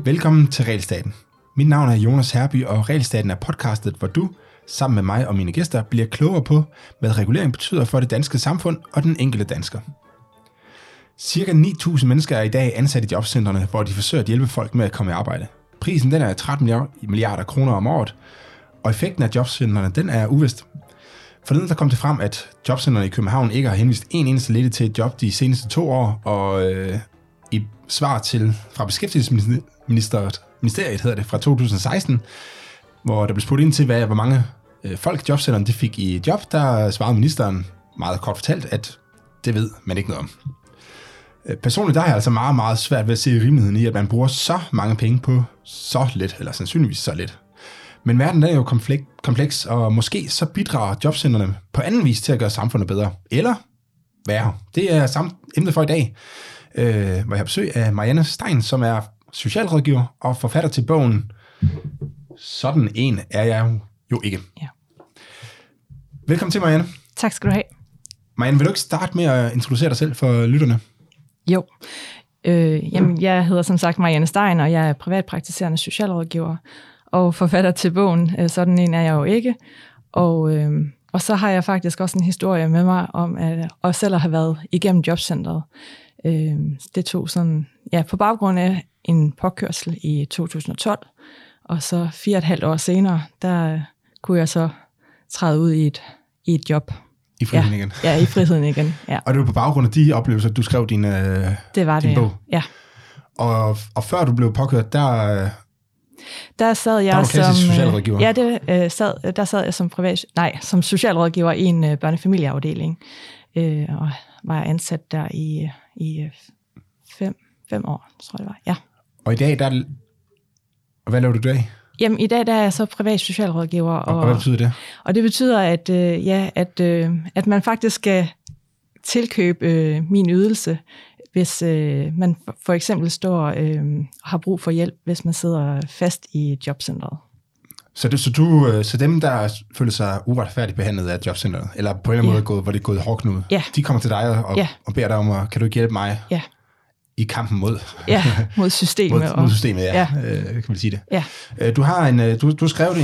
Velkommen til Realstaten. Mit navn er Jonas Herby, og Realstaten er podcastet, hvor du, sammen med mig og mine gæster, bliver klogere på, hvad regulering betyder for det danske samfund og den enkelte dansker. Cirka 9.000 mennesker er i dag ansat i jobcentrene, hvor de forsøger at hjælpe folk med at komme i arbejde. Prisen den er 13 milliarder kroner om året, og effekten af jobcentrene den er uvist. Forleden der kom det frem, at jobcentrene i København ikke har henvist en eneste ledig til et job de seneste 2 år, og i svar fra Beskæftigelsesministeriet hedder det, fra 2016, hvor der blev spurgt ind til, hvor mange folk jobcentrene de fik i job, der svarede ministeren meget kort fortalt, at det ved man ikke noget om. Personligt der er jeg altså meget, meget svært ved at se rimeligheden i, at man bruger så mange penge på så lidt, eller sandsynligvis så lidt. Men verden er jo kompleks, og måske så bidrager jobcentrene på anden vis til at gøre samfundet bedre. Eller værre. Det er samme emne for i dag, hvor jeg har besøg af Marianne Stein, som er socialrådgiver og forfatter til bogen Sådan en er jeg jo ikke. Ja. Velkommen til, Marianne. Tak skal du have. Marianne, vil du ikke starte med at introducere dig selv for lytterne? Jo. Jamen, jeg hedder som sagt Marianne Stein, og jeg er privatpraktiserende socialrådgiver og forfatter til bogen Sådan en er jeg jo ikke. Og så har jeg faktisk også en historie med mig om, at jeg selv har været igennem jobcentret. Det tog sådan, på baggrund af en påkørsel i 2012, og så 4,5 år senere, der kunne jeg så træde ud i et job. I friheden igen? Ja, i friheden igen, ja. Og det var på baggrund af de oplevelser, du skrev din bog? Ja. Og før du blev påkørt, der sad jeg der var du klassisk socialrådgiver? Ja, der sad jeg som socialrådgiver i en børnefamilieafdeling, og var ansat der i 5 år, tror jeg det var, ja. Og i dag, hvad laver du i dag? Jamen, i dag der er jeg så privat socialrådgiver. Og hvad betyder det? Og det betyder, at man faktisk skal tilkøbe min ydelse, hvis man for eksempel står og har brug for hjælp, hvis man sidder fast i jobcentret. Så dem, der føler sig uretfærdigt behandlet af jobcentret, eller på en eller anden måde, hvor det er gået hårdknude, de kommer til dig og beder dig om, kan du ikke hjælpe mig i kampen mod systemet? mod systemet, kan man sige det. Ja. Du har skrevet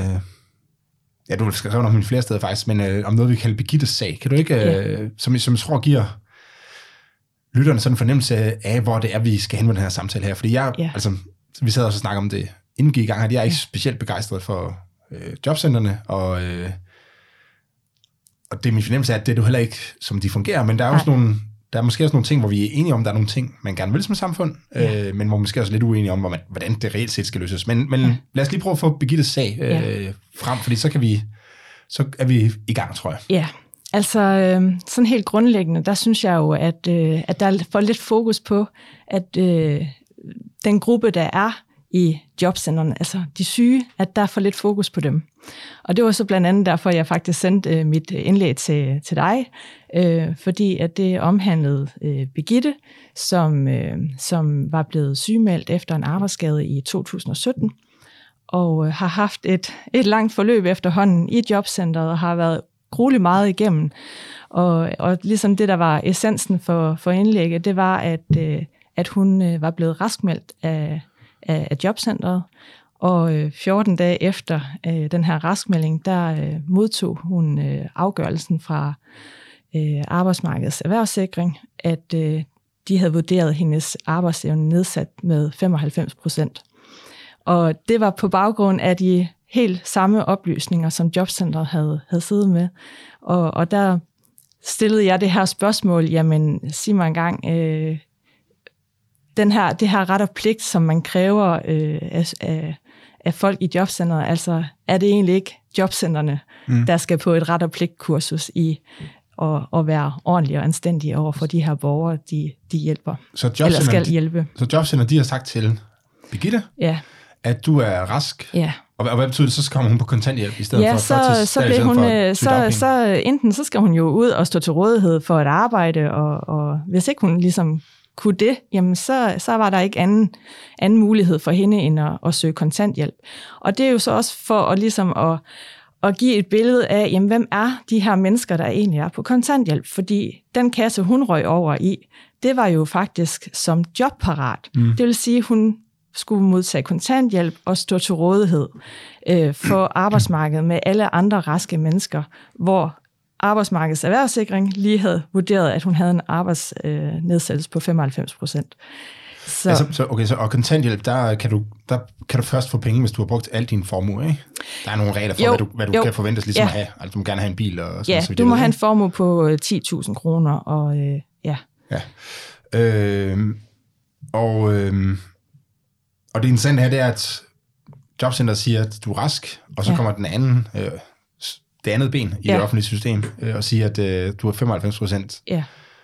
du har skrevet om flere steder faktisk, men om noget, vi kalder Birgittes sag. Kan du ikke, som jeg tror giver lytterne sådan en fornemmelse af, hvor det er, vi skal hen med den her samtale her? Fordi vi sad også og snakkede om det, inden vi gik i gang her, jeg er ikke specielt begejstret for jobcentrene, og det er min fornemmelse af, at det er du heller ikke, som de fungerer, men der er også der er måske også nogle ting, hvor vi er enige om, der er nogle ting, man gerne vil som samfund, men hvor vi måske også lidt uenige om, hvordan det reelt set skal løses. Men lad os lige prøve at få Birgittes sag frem, fordi så er vi i gang, tror jeg. Ja, altså sådan helt grundlæggende, der synes jeg jo, at der er for lidt fokus på, at den gruppe, der er i jobcentrene, altså de syge, at der er for lidt fokus på dem. Og det var så blandt andet derfor, jeg faktisk sendte mit indlæg til dig, fordi at det omhandlede Birgitte, som var blevet sygemeldt efter en arbejdsskade i 2017, og har haft et langt forløb efterhånden i jobcentret, og har været grueligt meget igennem. Og ligesom det, der var essensen for indlægget, det var, at hun var blevet raskmeldt af jobcentret, og 14 dage efter den her raskmelding, der modtog hun afgørelsen fra Arbejdsmarkedets Erhvervssikring, at de havde vurderet hendes arbejdsevne nedsat med 95%. Og det var på baggrund af de helt samme oplysninger, som jobcentret havde siddet med. Og der stillede jeg det her spørgsmål, jamen sig mig engang, det her ret og pligt, som man kræver af folk i jobcentret, altså er det egentlig ikke jobcentrene, der skal på et ret og pligt kursus i at være ordentlige og anstændige over for de her borgere, de hjælper, eller skal hjælpe. Så jobcentret, de har sagt til Birgitte, at du er rask, og hvad betyder det, så kommer hun på kontanthjælp i stedet for så enten så skal hun jo ud og stå til rådighed for et arbejde, og hvis ikke hun ligesom kunne det, jamen så var der ikke anden mulighed for hende end at søge kontanthjælp. Og det er jo så også for at give et billede af, jamen, hvem er de her mennesker, der egentlig er på kontanthjælp? Fordi den kasse, hun røg over i, det var jo faktisk som jobparat. Det vil sige, hun skulle modtage kontanthjælp og stå til rådighed for arbejdsmarkedet med alle andre raske mennesker, hvor Arbejdsmarkedets Erhvervssikring lige havde vurderet, at hun havde en arbejdsnedsættelse på 95%. Og kontanthjælp, der kan du først få penge, hvis du har brugt al din formue, ikke? Der er nogle regler for, hvad du kan forventes ligesom at have. Altså, du må gerne have en bil og sådan noget. Ja, du må have en formue på 10.000 kroner, og ja. Og det interessante her, det er, at jobcenteret siger, at du er rask, og så kommer det andet ben i det offentlige system, og siger, at du er 95%. Ja.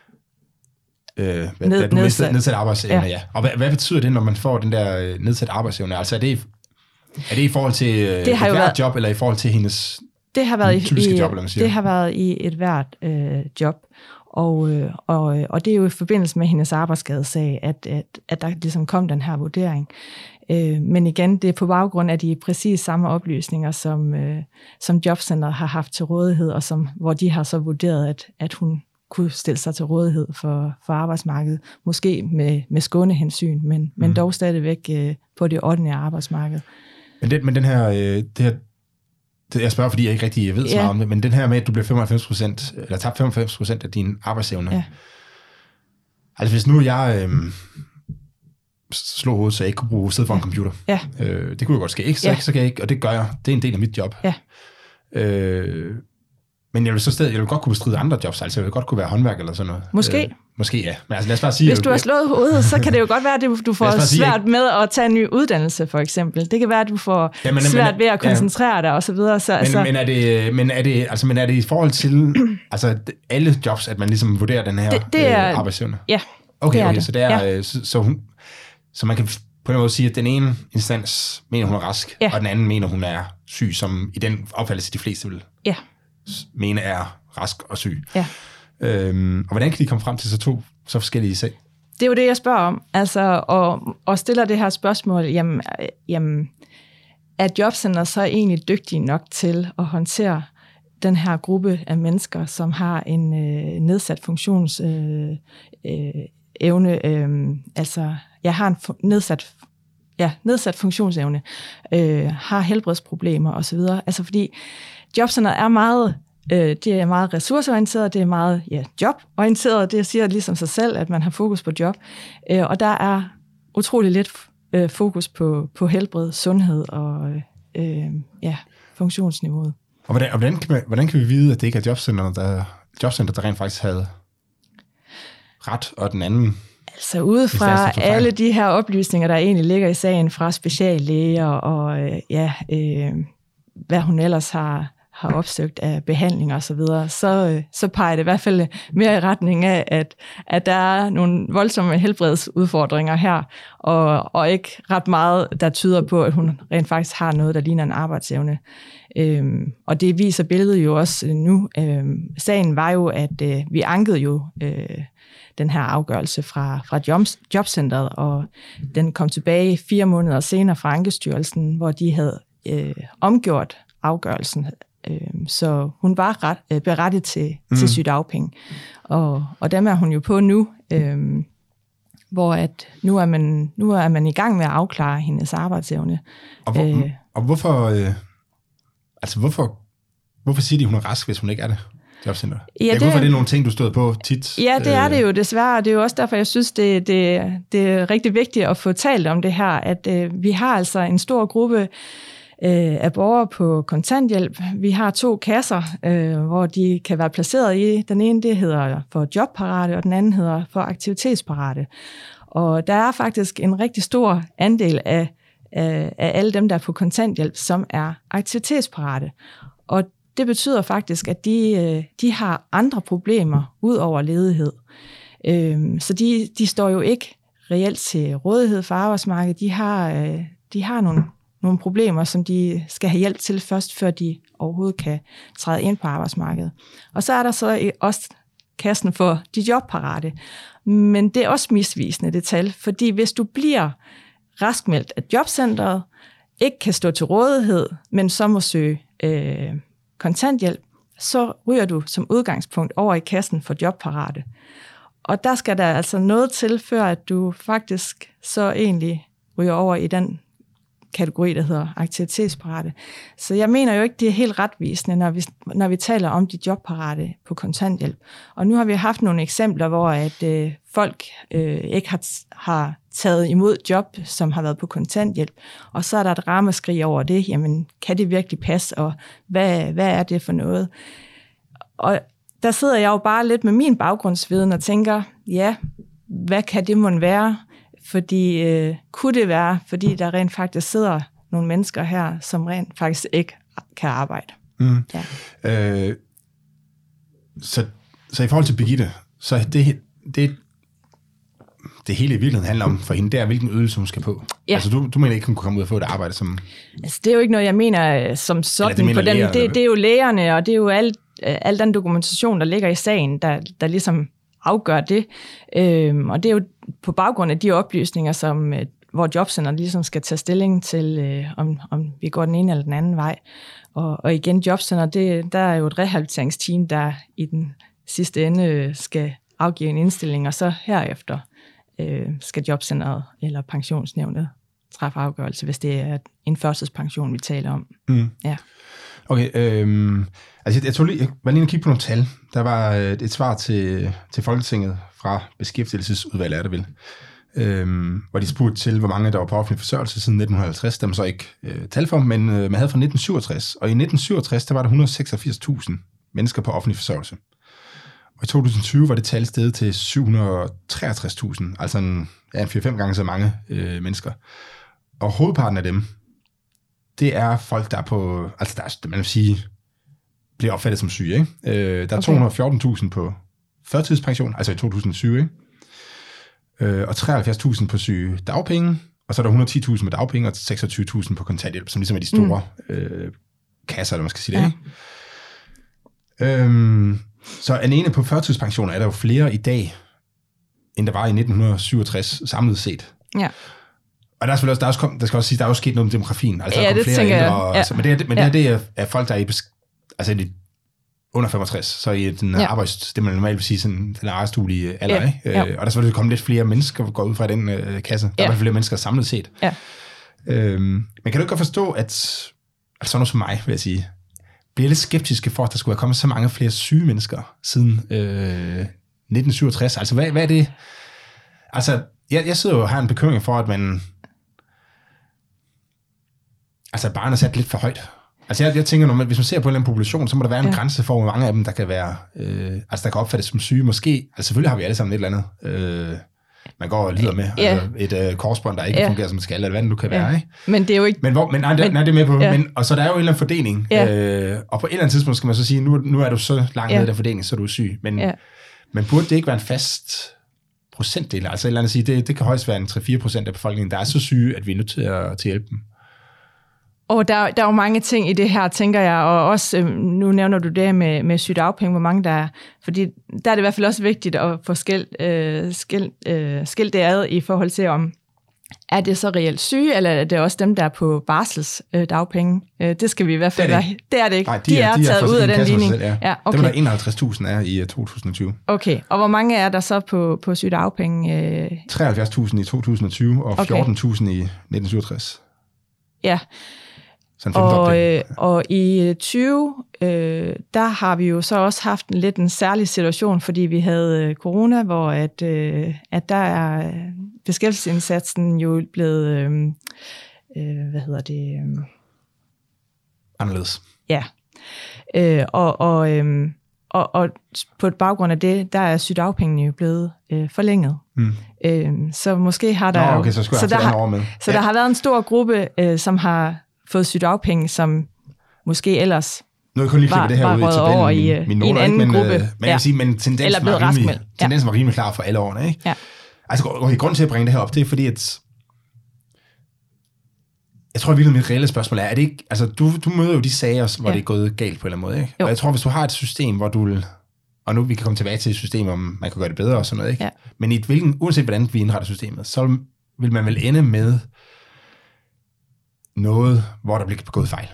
Nedsat arbejdsevne, ja. Og hvad betyder det, når man får den der nedsat arbejdsevne? Altså er det i forhold til et hvert job, eller i forhold til hendes typiske job, eller man siger? Det har været i et hvert job, og det er jo i forbindelse med hendes arbejdsskadesag, at der ligesom kom den her vurdering. Men igen, det er på baggrund af de præcis samme oplysninger, som jobcenteret har haft til rådighed, og hvor de har så vurderet, at hun kunne stille sig til rådighed for arbejdsmarkedet, måske med skånehensyn, men dog stadigvæk på det ordinære arbejdsmarked. Men den her, jeg spørger, fordi jeg ikke rigtig ved så meget om det, men den her med, at du bliver 95%, eller tabt 95% af din arbejdsevne. Altså hvis nu jeg slår hovedet, så jeg ikke kunne bruge sidde for en computer. Det kunne jo godt ske, ikke? Så kan jeg ikke, og det gør jeg. Det er en del af mit job. Men jeg vil godt kunne bestride andre jobs, altså jeg vil godt kunne være håndværk eller sådan noget. Måske, ja. Men altså lad os bare sige... Hvis du har slået hovedet, så kan det jo godt være, at du får svært med at tage en ny uddannelse, for eksempel. Det kan være, at du får svært ved at koncentrere dig, og så videre. Men er det i forhold til altså, alle jobs, at man ligesom vurderer den her arbejdsevne? Ja, Okay, så det er... Så man kan på en måde sige, at den ene instans mener, hun er rask, og den anden mener, hun er syg, som i den opfattelse, de fleste vil mene er rask og syg. Og hvordan kan de komme frem til så forskellige sag? Det er jo det, jeg spørger om. Altså, og stiller det her spørgsmål, jamen er jobcenteret så egentlig dygtige nok til at håndtere den her gruppe af mennesker, som har en nedsat funktionsevne, altså jeg har en nedsat funktionsevne, har helbredsproblemer osv. Altså fordi jobcenteret er meget, det er meget ressourceorienteret, det er meget joborienteret, det siger ligesom sig selv, at man har fokus på job, og der er utrolig lidt fokus på helbred, sundhed og funktionsniveauet. Og hvordan kan vi vide, at det ikke er jobcenteret, der rent faktisk havde ret, og den anden... Altså ud fra alle de her oplysninger, der egentlig ligger i sagen fra speciallæger og hvad hun ellers har opsøgt af behandling og så videre, så peger det i hvert fald mere i retning af, at der er nogle voldsomme helbredsudfordringer her, og ikke ret meget, der tyder på, at hun rent faktisk har noget, der ligner en arbejdsevne. Og det viser billedet jo også nu. Sagen var jo, at vi ankede jo den her afgørelse fra jobcenteret, og den kom tilbage 4 måneder senere fra Ankestyrelsen, hvor de havde omgjort afgørelsen. Så hun var berettiget til sygedagpenge. Og dem er hun jo på nu, hvor at nu er man i gang med at afklare hendes arbejdsevne. Og hvorfor siger de, hun er rask, hvis hun ikke er det? Jobcenter. Hvorfor er det nogle ting, du stod på tit? Ja, det er det jo desværre, og det er jo også derfor, jeg synes, det er rigtig vigtigt at få talt om det her, at vi har altså en stor gruppe af borgere på kontanthjælp. Vi har 2 kasser, hvor de kan være placeret i. Den ene, det hedder for jobparate, og den anden hedder for aktivitetsparate. Og der er faktisk en rigtig stor andel af alle dem, der er på kontanthjælp, som er aktivitetsparate. Og det betyder faktisk, at de har andre problemer ud over ledighed. Så de står jo ikke reelt til rådighed for arbejdsmarkedet. De har nogle problemer, som de skal have hjælp til først, før de overhovedet kan træde ind på arbejdsmarkedet. Og så er der så også kassen for de jobparate. Men det er også misvisende, det tal, fordi hvis du bliver raskmeldt af jobcentret, ikke kan stå til rådighed, men så må søge kontanthjælp, så ryger du som udgangspunkt over i kassen for jobparate. Og der skal der altså noget til, før at du faktisk så egentlig ryger over i den kategori, der hedder aktivitetsparate. Så jeg mener jo ikke, det er helt retvisende, når vi taler om de jobparate på kontanthjælp. Og nu har vi haft nogle eksempler, hvor at folk ikke har taget imod job, som har været på kontanthjælp, og så er der et ramaskrig over det. Jamen, kan det virkelig passe, og hvad er det for noget? Og der sidder jeg jo bare lidt med min baggrundsviden og tænker, ja, hvad kan det mon være? Fordi kunne det være, fordi der rent faktisk sidder nogle mennesker her, som rent faktisk ikke kan arbejde. Mm. Ja. Så i forhold til Birgitte, så det hele i virkeligheden handler om for hende, det er, hvilken ydelse hun skal på. Ja. Altså, du mener ikke, hun kunne komme ud og få et arbejde som... Altså, det er jo ikke noget, jeg mener som sådan på dem. Det er jo lægerne, og det er jo al den dokumentation, der ligger i sagen, der ligesom afgør det. Og det er jo på baggrund af de oplysninger, hvor jobcenteret ligesom skal tage stilling til, om vi går den ene eller den anden vej. Og igen, jobcenteret, der er jo et rehabiliteringsteam, der i den sidste ende skal afgive en indstilling, og så herefter skal jobcenteret eller pensionsnævnet træffe afgørelse, hvis det er en førtidspension, vi taler om. Mm. Ja. Okay, altså jeg var lige at kigge på nogle tal. Der var et svar til Folketinget fra Beskæftigelsesudvalget, er det vel, hvor de spurgte til, hvor mange der var på offentlig forsørgelse siden 1950. Der var så ikke tal for, men man havde fra 1967. Og i 1967, der var der 186.000 mennesker på offentlig forsørgelse. Og i 2020 var det tal steget til 763.000, altså en 4-5 gange så mange mennesker. Og hovedparten af dem, det er folk, der er på, altså der man vil sige, bliver opfattet som syge, ikke? Der er 214.000 på førtidspension, altså i 2020, ikke? Og 73.000 på syge dagpenge, og så er der 110.000 med dagpenge, og 26.000 på kontanthjælp, som ligesom er de store kasser, eller man skal sige det, ikke? Så alene på førtidspensioner er der jo flere i dag, end der var i 1967 samlet set. Ja. Og der er selvfølgelig også, der skal også sige, der er jo sket noget med demografien. Altså, ja, der det flere tænker ældre, jeg. Ja. Altså, men det er folk, der er i under 65, så i den det man normalt vil sige, sådan den arbejdsduelige alder, ikke? Og der er selvfølgelig kommet lidt flere mennesker, der går ud fra den kasse. Der er flere mennesker samlet set. Ja. Men kan du ikke godt forstå, at sådan noget som mig, vil jeg sige, bliver lidt skeptiske for, at der skulle have kommet så mange flere syge mennesker siden 1967. Altså, hvad er det? Altså, jeg sidder jo og har en bekymring for, at man... Altså, barnet er sat lidt for højt. Altså, jeg tænker, hvis man ser på en eller anden population, så må der være en grænse for, hvor mange af dem, der kan være... der kan opfattes som syge. Måske... Altså, selvfølgelig har vi alle sammen et eller andet... man går og lider med. Altså, et korsbånd, der ikke fungerer, som det skal, eller hvad det nu kan være, ikke? Men det er jo ikke... Nej, det er med på. Ja. Og så der er jo en eller anden fordeling. Ja. Og på et eller andet tidspunkt skal man så sige, nu er du så langt ned af fordeling, så er du syg. Men burde det ikke være en fast procentdel? Altså et eller andet sige, det kan højst være en 3-4% af befolkningen, der er så syge, at vi er nødt til at hjælpe dem. Og der er jo mange ting i det her, tænker jeg, og også, nu nævner du det med sygedagpenge, hvor mange der er, fordi der er det i hvert fald også vigtigt at få skilt det ad i forhold til, om er det så reelt syge, eller er det også dem, der er på barselsdagpenge? Det skal vi i hvert fald være. Det er det ikke. Nej, de er taget ud af den ligning. Ja, okay. Det var der 51.000 er i 2020. Okay, og hvor mange er der så på sygedagpenge? 73.000 i 2020, og 14.000 i 1967. Ja. Og i 20, der har vi jo så også haft en særlig situation, fordi vi havde corona, hvor at der er beskæftigelsesindsatsen jo blevet, anderledes. Ja. Og på baggrund af det, der er sygedagpengene jo blevet forlænget. Så måske har der... der har været en stor gruppe, som har fået sygedagpenge, som måske ellers nu er kun lige det her var over i en anden gruppe. Men jeg vil sige, men tendensen var rimelig klar for alle årene, ikke? Ja. Altså, grund til at bringe det her op, det er fordi, at jeg tror virkelig, mit reelle spørgsmål er det ikke... Altså, du møder jo de sager, hvor det er gået galt på en eller anden måde, ikke? Jo. Og jeg tror, hvis du har et system, hvor du... Og nu vi kan komme tilbage til et system, om man kan gøre det bedre og sådan noget, ikke? Ja. Men uanset hvordan vi indretter systemet, så vil man vel ende med noget, hvor der bliver begået fejl.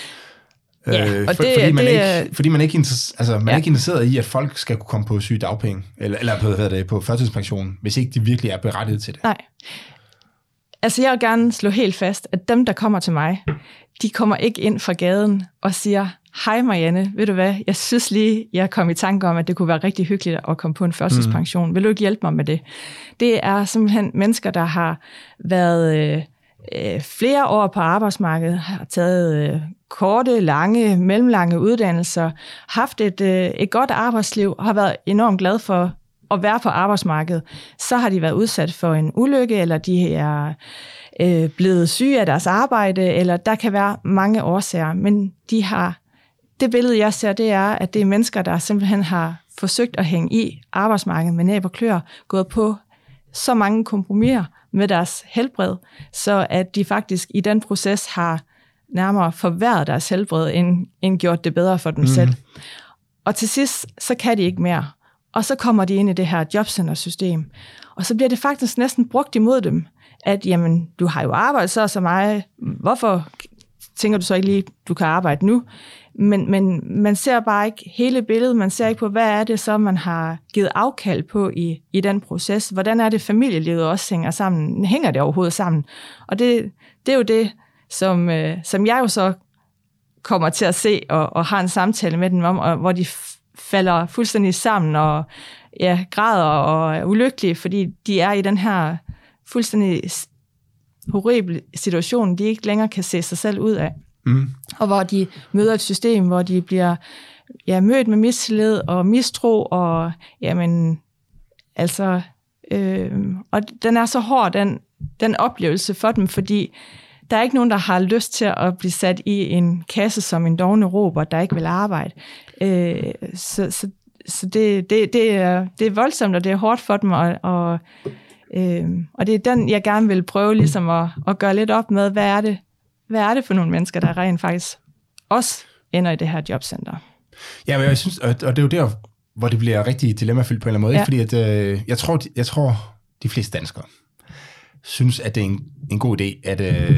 Fordi man ikke er interesseret i, at folk skal kunne komme på sygedagpenge, eller på førtidspension, hvis ikke de virkelig er berettiget til det. Nej. Altså, jeg vil gerne slå helt fast, at dem, der kommer til mig, de kommer ikke ind fra gaden og siger, hej Marianne, ved du hvad, jeg synes lige, jeg kom i tanke om, at det kunne være rigtig hyggeligt at komme på en førtidspension. Vil du ikke hjælpe mig med det? Det er simpelthen mennesker, der har været flere år på arbejdsmarkedet, har taget korte, lange, mellemlange uddannelser, haft et godt arbejdsliv, har været enormt glad for at være på arbejdsmarkedet. Så har de været udsat for en ulykke, eller de er blevet syge af deres arbejde, eller der kan være mange årsager, men det billede, jeg ser, det er, at det er mennesker, der simpelthen har forsøgt at hænge i arbejdsmarkedet med næb og klør, gået på så mange kompromiser med deres helbred, så at de faktisk i den proces har nærmere forværret deres helbred, end gjort det bedre for dem selv. Og til sidst, så kan de ikke mere. Og så kommer de ind i det her jobcentersystem. Og så bliver det faktisk næsten brugt imod dem, at jamen, du har jo arbejdet så meget, hvorfor tænker du så ikke lige, du kan arbejde nu? Men man ser bare ikke hele billedet, man ser ikke på, hvad er det så, man har givet afkald på i den proces. Hvordan er det, familielivet også hænger sammen? Hænger det overhovedet sammen? Og det er jo det, som jeg jo så kommer til at se og har en samtale med dem om, og hvor de falder fuldstændig sammen og græder og er ulykkelige, fordi de er i den her fuldstændig horrible situation, de ikke længere kan se sig selv ud af. Og hvor de møder et system, hvor de bliver mødt med mistillid og mistro, og og den er så hård, den oplevelse for dem, fordi der er ikke nogen, der har lyst til at blive sat i en kasse som en dovne robot, der ikke vil arbejde. Så det er voldsomt, og det er hårdt for dem, og det er den, jeg gerne vil prøve ligesom at gøre lidt op med, hvad er det for nogle mennesker, der rent faktisk også ender i det her jobcenter. Ja, men jeg synes, og det er jo der, hvor det bliver rigtig dilemmafyldt på en eller anden måde, ikke? Fordi at, jeg tror, de fleste danskere synes, at det er en god idé,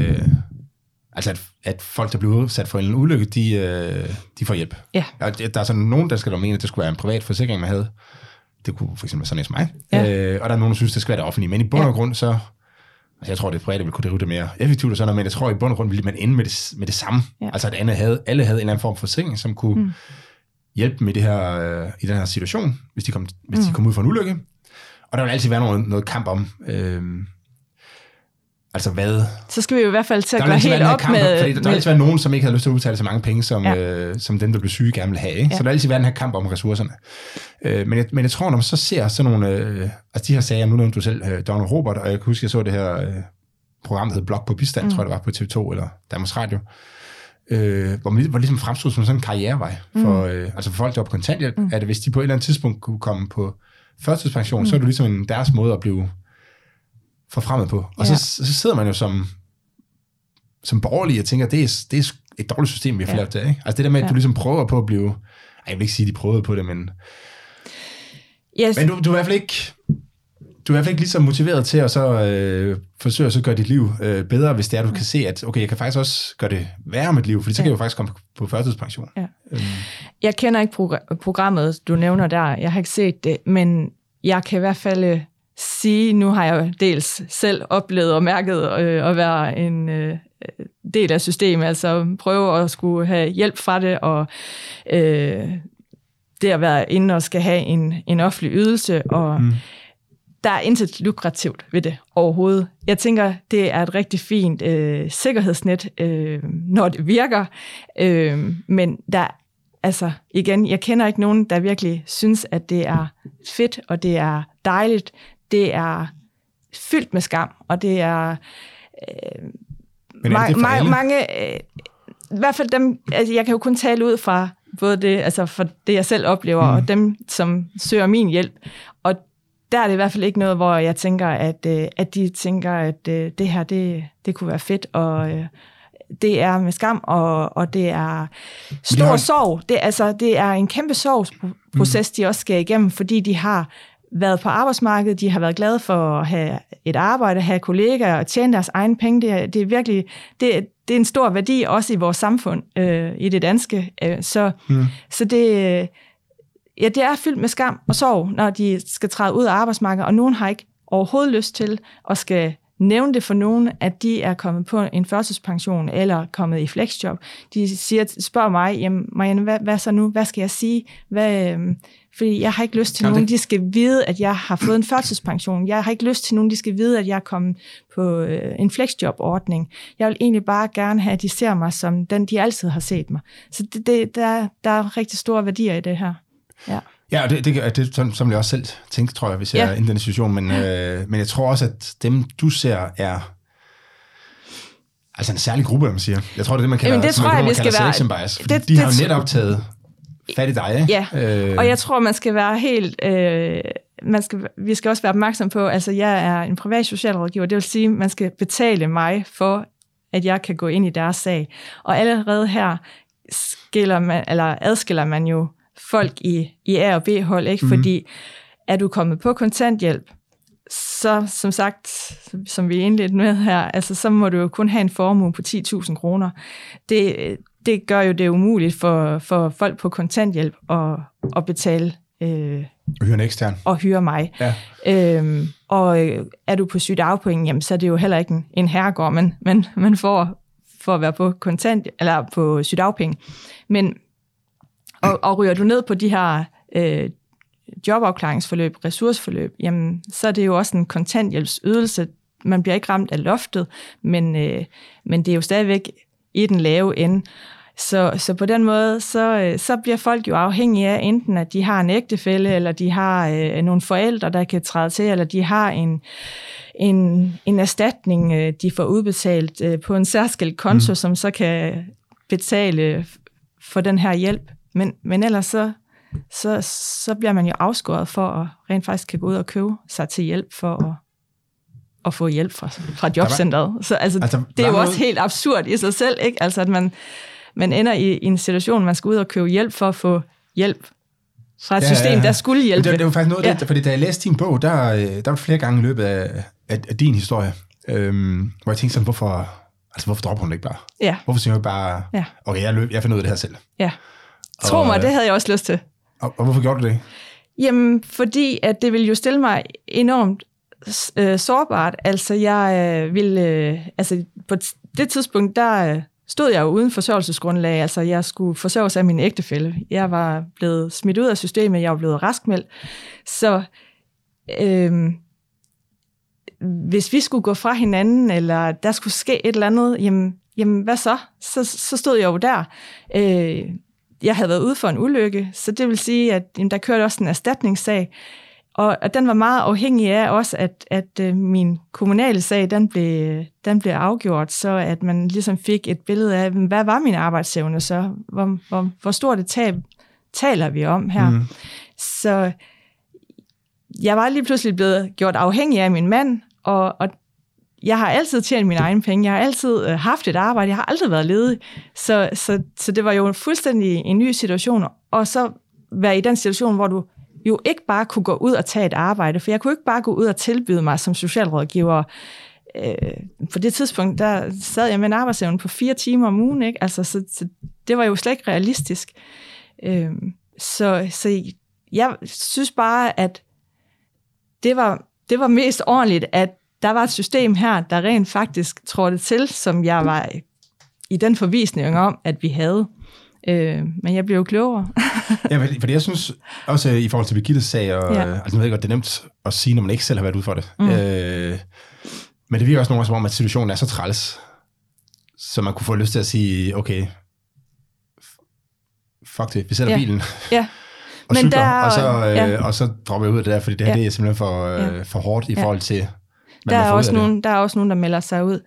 at folk, der bliver udsat for en ulykke, de får hjælp. Ja. Der er sådan nogen, der skal mene, at det skulle være en privat forsikring, man havde. Det kunne for eksempel være sådan som mig. Ja. Og der er nogen, der synes, det skal være det offentlige. Men i bund og grund, så jeg tror, det private ville kunne drive det mere effektivt og sådan noget, men jeg tror, i bund og grund ville man ende med det samme. Ja. Altså, at alle havde en eller anden form for forsikring, som kunne hjælpe med det her, i den her situation, hvis de kom ud for en ulykke. Og der vil altid være noget kamp om, altså hvad... Så skal vi jo i hvert fald til at gøre helt op med... Fordi der vil altid være nogen, som ikke havde lyst til at udtale så mange penge, som dem, der blev syge, gerne vil have. Ikke? Ja. Så der vil altid være den her kamp om ressourcerne. Men jeg tror, når man så ser sådan nogle... altså de her sager, nu nævnte du selv, Donald Robert, og jeg kan huske, jeg så det her program, der hed Blok på bistand, tror jeg, det var på TV2 eller Danmarks Radio, hvor ligesom fremstod som sådan en karrierevej for, altså for folk, der var på kontanthjælp, at hvis de på et eller andet tidspunkt kunne komme på førtidspension, så er det ligesom deres måde at blive forfremmet på. Og så sidder man jo som borgerlig og tænker, det er et dårligt system, vi har lavet det, ikke? Altså det der med, at du ligesom prøver på at blive... jeg vil ikke sige, at de prøvede på det, men... Yes. Men du er i hvert fald ikke lige så motiveret til at så forsøge at så gøre dit liv bedre, hvis det er, du kan se, at okay, jeg kan faktisk også gøre det værre med mit liv, fordi så kan jeg jo faktisk komme på førtidspension. Ja. Jeg kender ikke programmet, du nævner der. Jeg har ikke set det, men jeg kan i hvert fald sige, nu har jeg jo dels selv oplevet og mærket at være en del af systemet, altså prøve at skulle have hjælp fra det, og det at være inde og skal have en offentlig ydelse, og der er intet lukrativt ved det overhovedet. Jeg tænker, det er et rigtig fint sikkerhedsnet, når det virker, men der altså igen, jeg kender ikke nogen, der virkelig synes, at det er fedt, og det er dejligt. Det er fyldt med skam, og det er mange, i hvert fald dem, altså jeg kan jo kun tale ud fra både det, altså for det, jeg selv oplever, og dem, som søger min hjælp. Og der er det i hvert fald ikke noget, hvor jeg tænker, at de tænker, at det her, det kunne være fedt, og det er med skam, og det er stor sorg. Det er en kæmpe sorgsproces, de også skal igennem, fordi de har været på arbejdsmarkedet, de har været glade for at have et arbejde, have kollegaer og tjene deres egne penge. Det er virkelig, det er en stor værdi også i vores samfund, i det danske. Så det, det er fyldt med skam og sorg, når de skal træde ud af arbejdsmarkedet, og nogen har ikke overhovedet lyst til at skal nævne det for nogen, at de er kommet på en førtidspension eller kommet i flexjob. De spørger mig, jamen Marianne, hvad så nu? Hvad skal jeg sige? Fordi jeg har ikke lyst til nogen, de skal vide, at jeg har fået en førtidspension. Jeg har ikke lyst til nogen, de skal vide, at jeg er kommet på en flexjob-ordning. Jeg vil egentlig bare gerne have, at de ser mig som den, de altid har set mig. Så der er rigtig store værdier i det her. Ja. Ja, og det som jeg også selv tænkte, tror jeg, hvis jeg er i den situation. Men jeg tror også, at dem, du ser, er altså en særlig gruppe, man siger. Jeg tror, det er det, man kalder, selection bias. Fordi de har jo netop taget fat i dig, ikke? Ja, og jeg tror, man skal være helt... vi skal også være opmærksom på, altså jeg er en privat socialrådgiver, det vil sige, man skal betale mig for, at jeg kan gå ind i deres sag. Og allerede her adskiller man jo folk i A- og B-hold, ikke? Fordi er du kommet på kontanthjælp, så som sagt, som vi indledte med her, altså så må du jo kun have en formue på 10.000 kroner. Det gør jo det umuligt for folk på kontanthjælp at betale hyre en ekstern. Og hyre mig. Ja. Og er du på sygedagpenge, jamen så er det jo heller ikke en herregård, man får for at være på eller på sygedagpenge. Men og ryger du ned på de her jobafklaringsforløb, ressourceforløb, jamen så er det jo også en kontanthjælpsydelse. Man bliver ikke ramt af loftet, men det er jo stadigvæk i den lave ende. Så på den måde, så bliver folk jo afhængige af enten, at de har en ægtefælle, eller de har nogle forældre, der kan træde til, eller de har en erstatning, de får udbetalt på en særskilt konto, som så kan betale for den her hjælp. Men ellers så bliver man jo afskåret for at rent faktisk kan gå ud og købe sig til hjælp for at få hjælp fra jobcentret. Så altså, det er jo også helt absurd i sig selv, ikke? Altså, at man ender i en situation, man skal ud og købe hjælp for at få hjælp fra et system, der skulle hjælpe. Det var faktisk noget af det, fordi da jeg læste din bog, der var flere gange i løbet af din historie, hvor jeg tænkte sådan, hvorfor dropper hun det ikke bare? Ja. Hvorfor siger hun bare, okay, jeg finder ud af det her selv? Ja. Tro mig, det havde jeg også lyst til. Og hvorfor gjorde du det? Jamen, fordi at det ville jo stille mig enormt sårbart. Altså, jeg ville... på det tidspunkt, der stod jeg jo uden forsørgelsesgrundlag. Altså, jeg skulle forsørges af min ægtefælle. Jeg var blevet smidt ud af systemet. Jeg var blevet raskmeldt. Så hvis vi skulle gå fra hinanden, eller der skulle ske et eller andet, jamen hvad så? Så stod jeg jo der. Jeg havde været ude for en ulykke, så det vil sige, at der kørte også en erstatningssag, og den var meget afhængig af også, at min kommunale sag, den blev afgjort, så at man ligesom fik et billede af, hvad var min arbejdsevne så? Hvor stort et tab taler vi om her? Så jeg var lige pludselig blevet gjort afhængig af min mand, og jeg har altid tjent mine egne penge. Jeg har altid haft et arbejde. Jeg har aldrig været ledig. Så det var jo fuldstændig en ny situation. Og så være i den situation, hvor du jo ikke bare kunne gå ud og tage et arbejde. For jeg kunne ikke bare gå ud og tilbyde mig som socialrådgiver. På det tidspunkt, der sad jeg med en arbejdsevne på 4 timer om ugen. Ikke? Altså, så det var jo slet ikke realistisk. Så jeg synes bare, at det var mest ordentligt, at der var et system her, der rent faktisk trådte til, som jeg var i den forvisning om, at vi havde. Men jeg blev jo klogere. Ja, fordi jeg synes også i forhold til Birgittes sag, og altså, jeg ved godt, det er nemt at sige, når man ikke selv har været ude for det. Men det virker også nogle gange som om, at situationen er så træls, så man kunne få lyst til at sige, okay, fuck det, vi sætter bilen. Ja. Og cykler, og så dropper jeg ud af det der, fordi det her det er simpelthen for hårdt i forhold til, der er også nogen, der melder sig ud.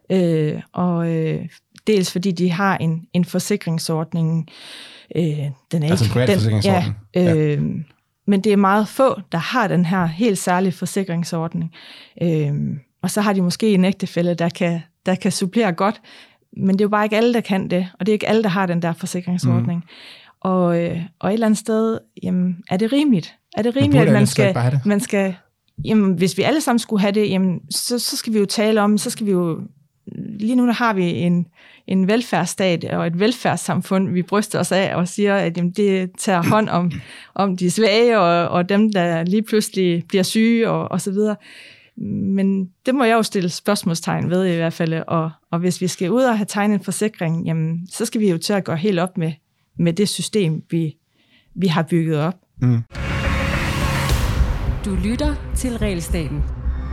Dels fordi de har en forsikringsordning. Den er altså en privat forsikringsordning. Men det er meget få, der har den her helt særlige forsikringsordning. Og så har de måske en ægtefælle, der kan supplere godt, men det er jo bare ikke alle, der kan det, og det er ikke alle, der har den der forsikringsordning. Og et eller andet sted, jamen, er det rimeligt? Er det rimeligt, at man skal jamen, hvis vi alle sammen skulle have det, jamen, så skal vi jo tale om, så skal vi jo, lige nu der har vi en velfærdsstat og et velfærdssamfund, vi bryster os af og siger, at jamen, det tager hånd om de svage og dem, der lige pludselig bliver syge og så videre. Men det må jeg jo stille spørgsmålstegn ved i hvert fald, og hvis vi skal ud og have tegnet en forsikring, jamen, så skal vi jo til at gå helt op med det system, vi har bygget op. Mm. Du lytter til Regelstaten.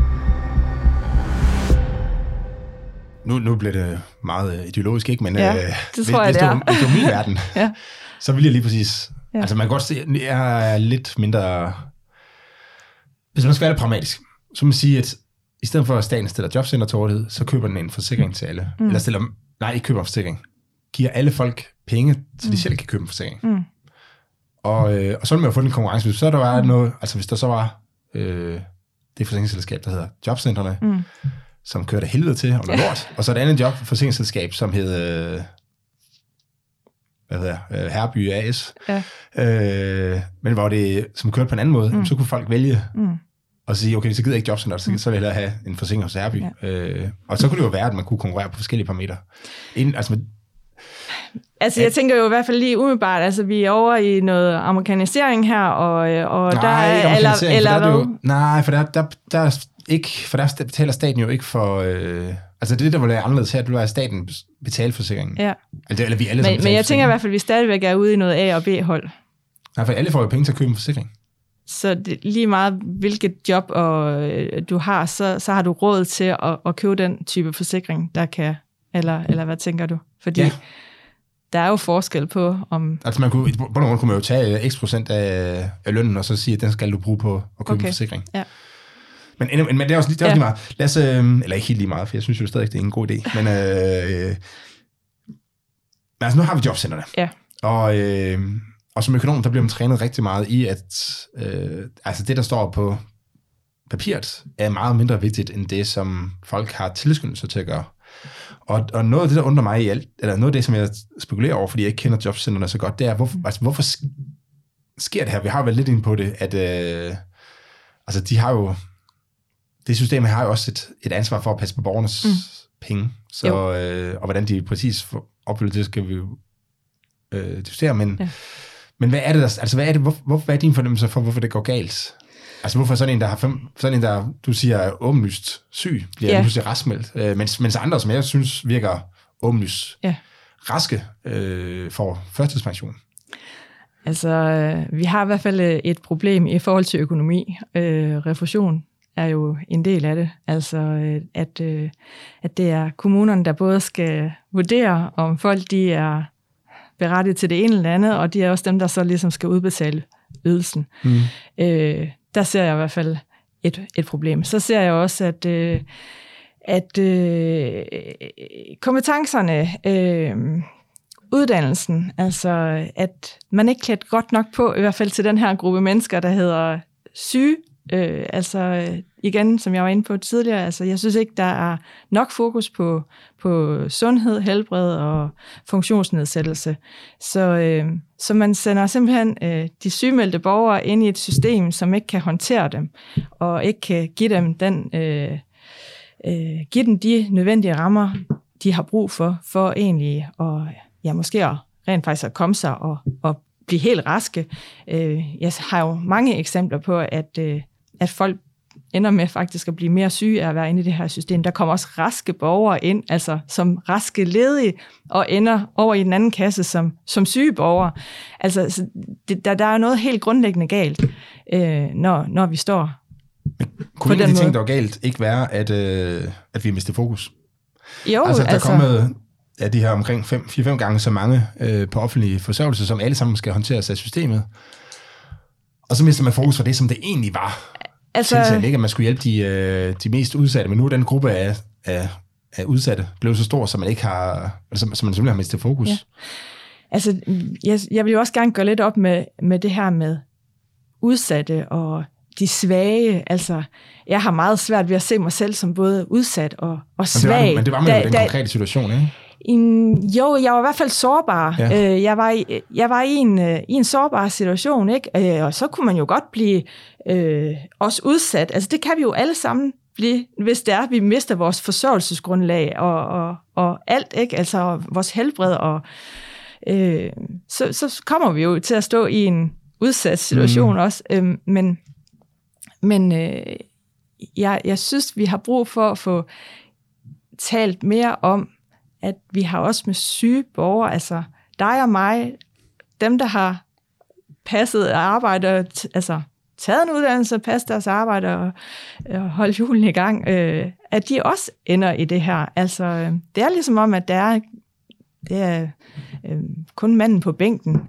Nu bliver det meget ideologisk, ikke? Men det tror jeg, det er. Hvis det var min verden, ja. så vil jeg lige præcis... Ja. Altså man kan godt se, at jeg er lidt mindre... Hvis man skal være lidt pragmatisk, så må man sige, at i stedet for at staten stiller jobcenter til rådighed, så køber den en forsikring til alle. Ikke køber en forsikring. Giver alle folk penge, så de selv kan købe en forsikring. Mm. Og så vil man jo få den konkurrence. Så er der var noget... Altså hvis der så var det forsikringsselskab, der hedder jobcentrene, som kørte helvede til, og noget lort. Og så et andet forsikringsselskab, som hed... Herby AS. Ja. Men hvor det, som kørte på en anden måde, så kunne folk vælge og sige, okay, så gider jeg ikke jobcenter, så vil jeg hellere have en forsikring hos Herby. Ja. Og så kunne det jo være, at man kunne konkurrere på forskellige parametre. Jeg tænker jo i hvert fald lige umiddelbart, altså vi er over i noget amerikanisering her, og nej, der er... Eller hvad? Nej, for der er ikke, for der betaler staten jo ikke for... Altså det der vil være anderledes her, det vil være, at staten betaler forsikringen. Ja. Eller vi alle sammen men jeg tænker i hvert fald, at vi stadigvæk er ude i noget A- og B-hold. Nej, for alle får jo penge til at købe en forsikring. Så lige meget hvilket job du har, så har du råd til at købe den type forsikring, der kan... Eller hvad tænker du? Fordi der er jo forskel på, om... Altså man kunne, på nogen kunne man jo tage x% af lønnen, og så sige, at den skal du bruge på at købe en forsikring. Ja. Men det er også lige meget. Lad os, eller ikke helt lige meget, for jeg synes jo stadig, det er en god idé. Men altså nu har vi jobcentrene. Ja. Og som økonom, der bliver man trænet rigtig meget i, at altså det, der står på papiret, er meget mindre vigtigt, end det, som folk har tilskyndelse til at gøre. Og noget af det, der undrer mig i alt, eller noget af det, som jeg spekulerer over, fordi jeg ikke kender jobcentrene så godt, det er, hvorfor sker det her? Vi har været lidt inde på det, at altså de har jo, det system har jo også et ansvar for at passe på borgernes penge, så, og hvordan de præcis opfylder det, skal vi jo diskutere, men hvad er det der, altså hvad er din fornemmelse for, hvorfor det går galt? Altså hvorfor sådan en, der du siger er åbenlyst syg, bliver pludselig raskmeldt, mens andre, som jeg synes virker åbenlyst raske, får førtidspension? Altså vi har i hvert fald et problem i forhold til økonomi. Refusion er jo en del af det. Altså at det er kommunerne, der både skal vurdere, om folk de er berettiget til det ene eller andet, og de er også dem, der så ligesom skal udbetale ydelsen. Der ser jeg i hvert fald et problem. Så ser jeg også, at kompetencerne, uddannelsen, altså at man ikke klædt godt nok på, i hvert fald til den her gruppe mennesker, der hedder syge. Altså igen, som jeg var inde på tidligere, altså jeg synes ikke, der er nok fokus på sundhed, helbred og funktionsnedsættelse. Så man sender simpelthen de sygemeldte borgere ind i et system, som ikke kan håndtere dem, og ikke kan give dem de nødvendige rammer, de har brug for egentlig, og måske rent faktisk at komme sig og blive helt raske. Jeg har jo mange eksempler på, at folk ender med faktisk at blive mere syge af at være inde i det her system. Der kommer også raske borgere ind, altså som raske ledige, og ender over i den anden kasse som syge borgere. Altså, der er noget helt grundlæggende galt, når vi står. Men kunne en af de ting, der var galt, ikke være, at vi mistede fokus? Jo, altså. Der er kommet af de her omkring 4-5 gange så mange på offentlige forsørgelser, som alle sammen skal håndteres af systemet. Og så mister man fokus for det, som det egentlig var. Tiltalt, ikke? At man skulle hjælpe de mest udsatte, men nu er den gruppe af udsatte blevet så stor, så man ikke har, altså, så man simpelthen har mistet fokus. Ja. Altså, jeg vil jo også gerne gøre lidt op med det her med udsatte og de svage. Altså, jeg har meget svært ved at se mig selv som både udsat og svag. Men det var man jo i den konkrete situation, ikke? Jo, jeg var i hvert fald sårbar. Ja. Jeg var i en sårbar situation, ikke? Og så kunne man jo godt blive også udsat. Altså det kan vi jo alle sammen blive, hvis det er, at vi mister vores forsørgelsesgrundlag og alt, ikke? Altså vores helbred. Og så kommer vi jo til at stå i en udsat situation også. Men jeg synes, vi har brug for at få talt mere om, at vi har også med syge borgere, altså dig og mig, dem, der har passet arbejde, altså taget en uddannelse, passet deres arbejde og holdt julen i gang, at de også ender i det her. Altså, det er ligesom om, at det er kun manden på bænken,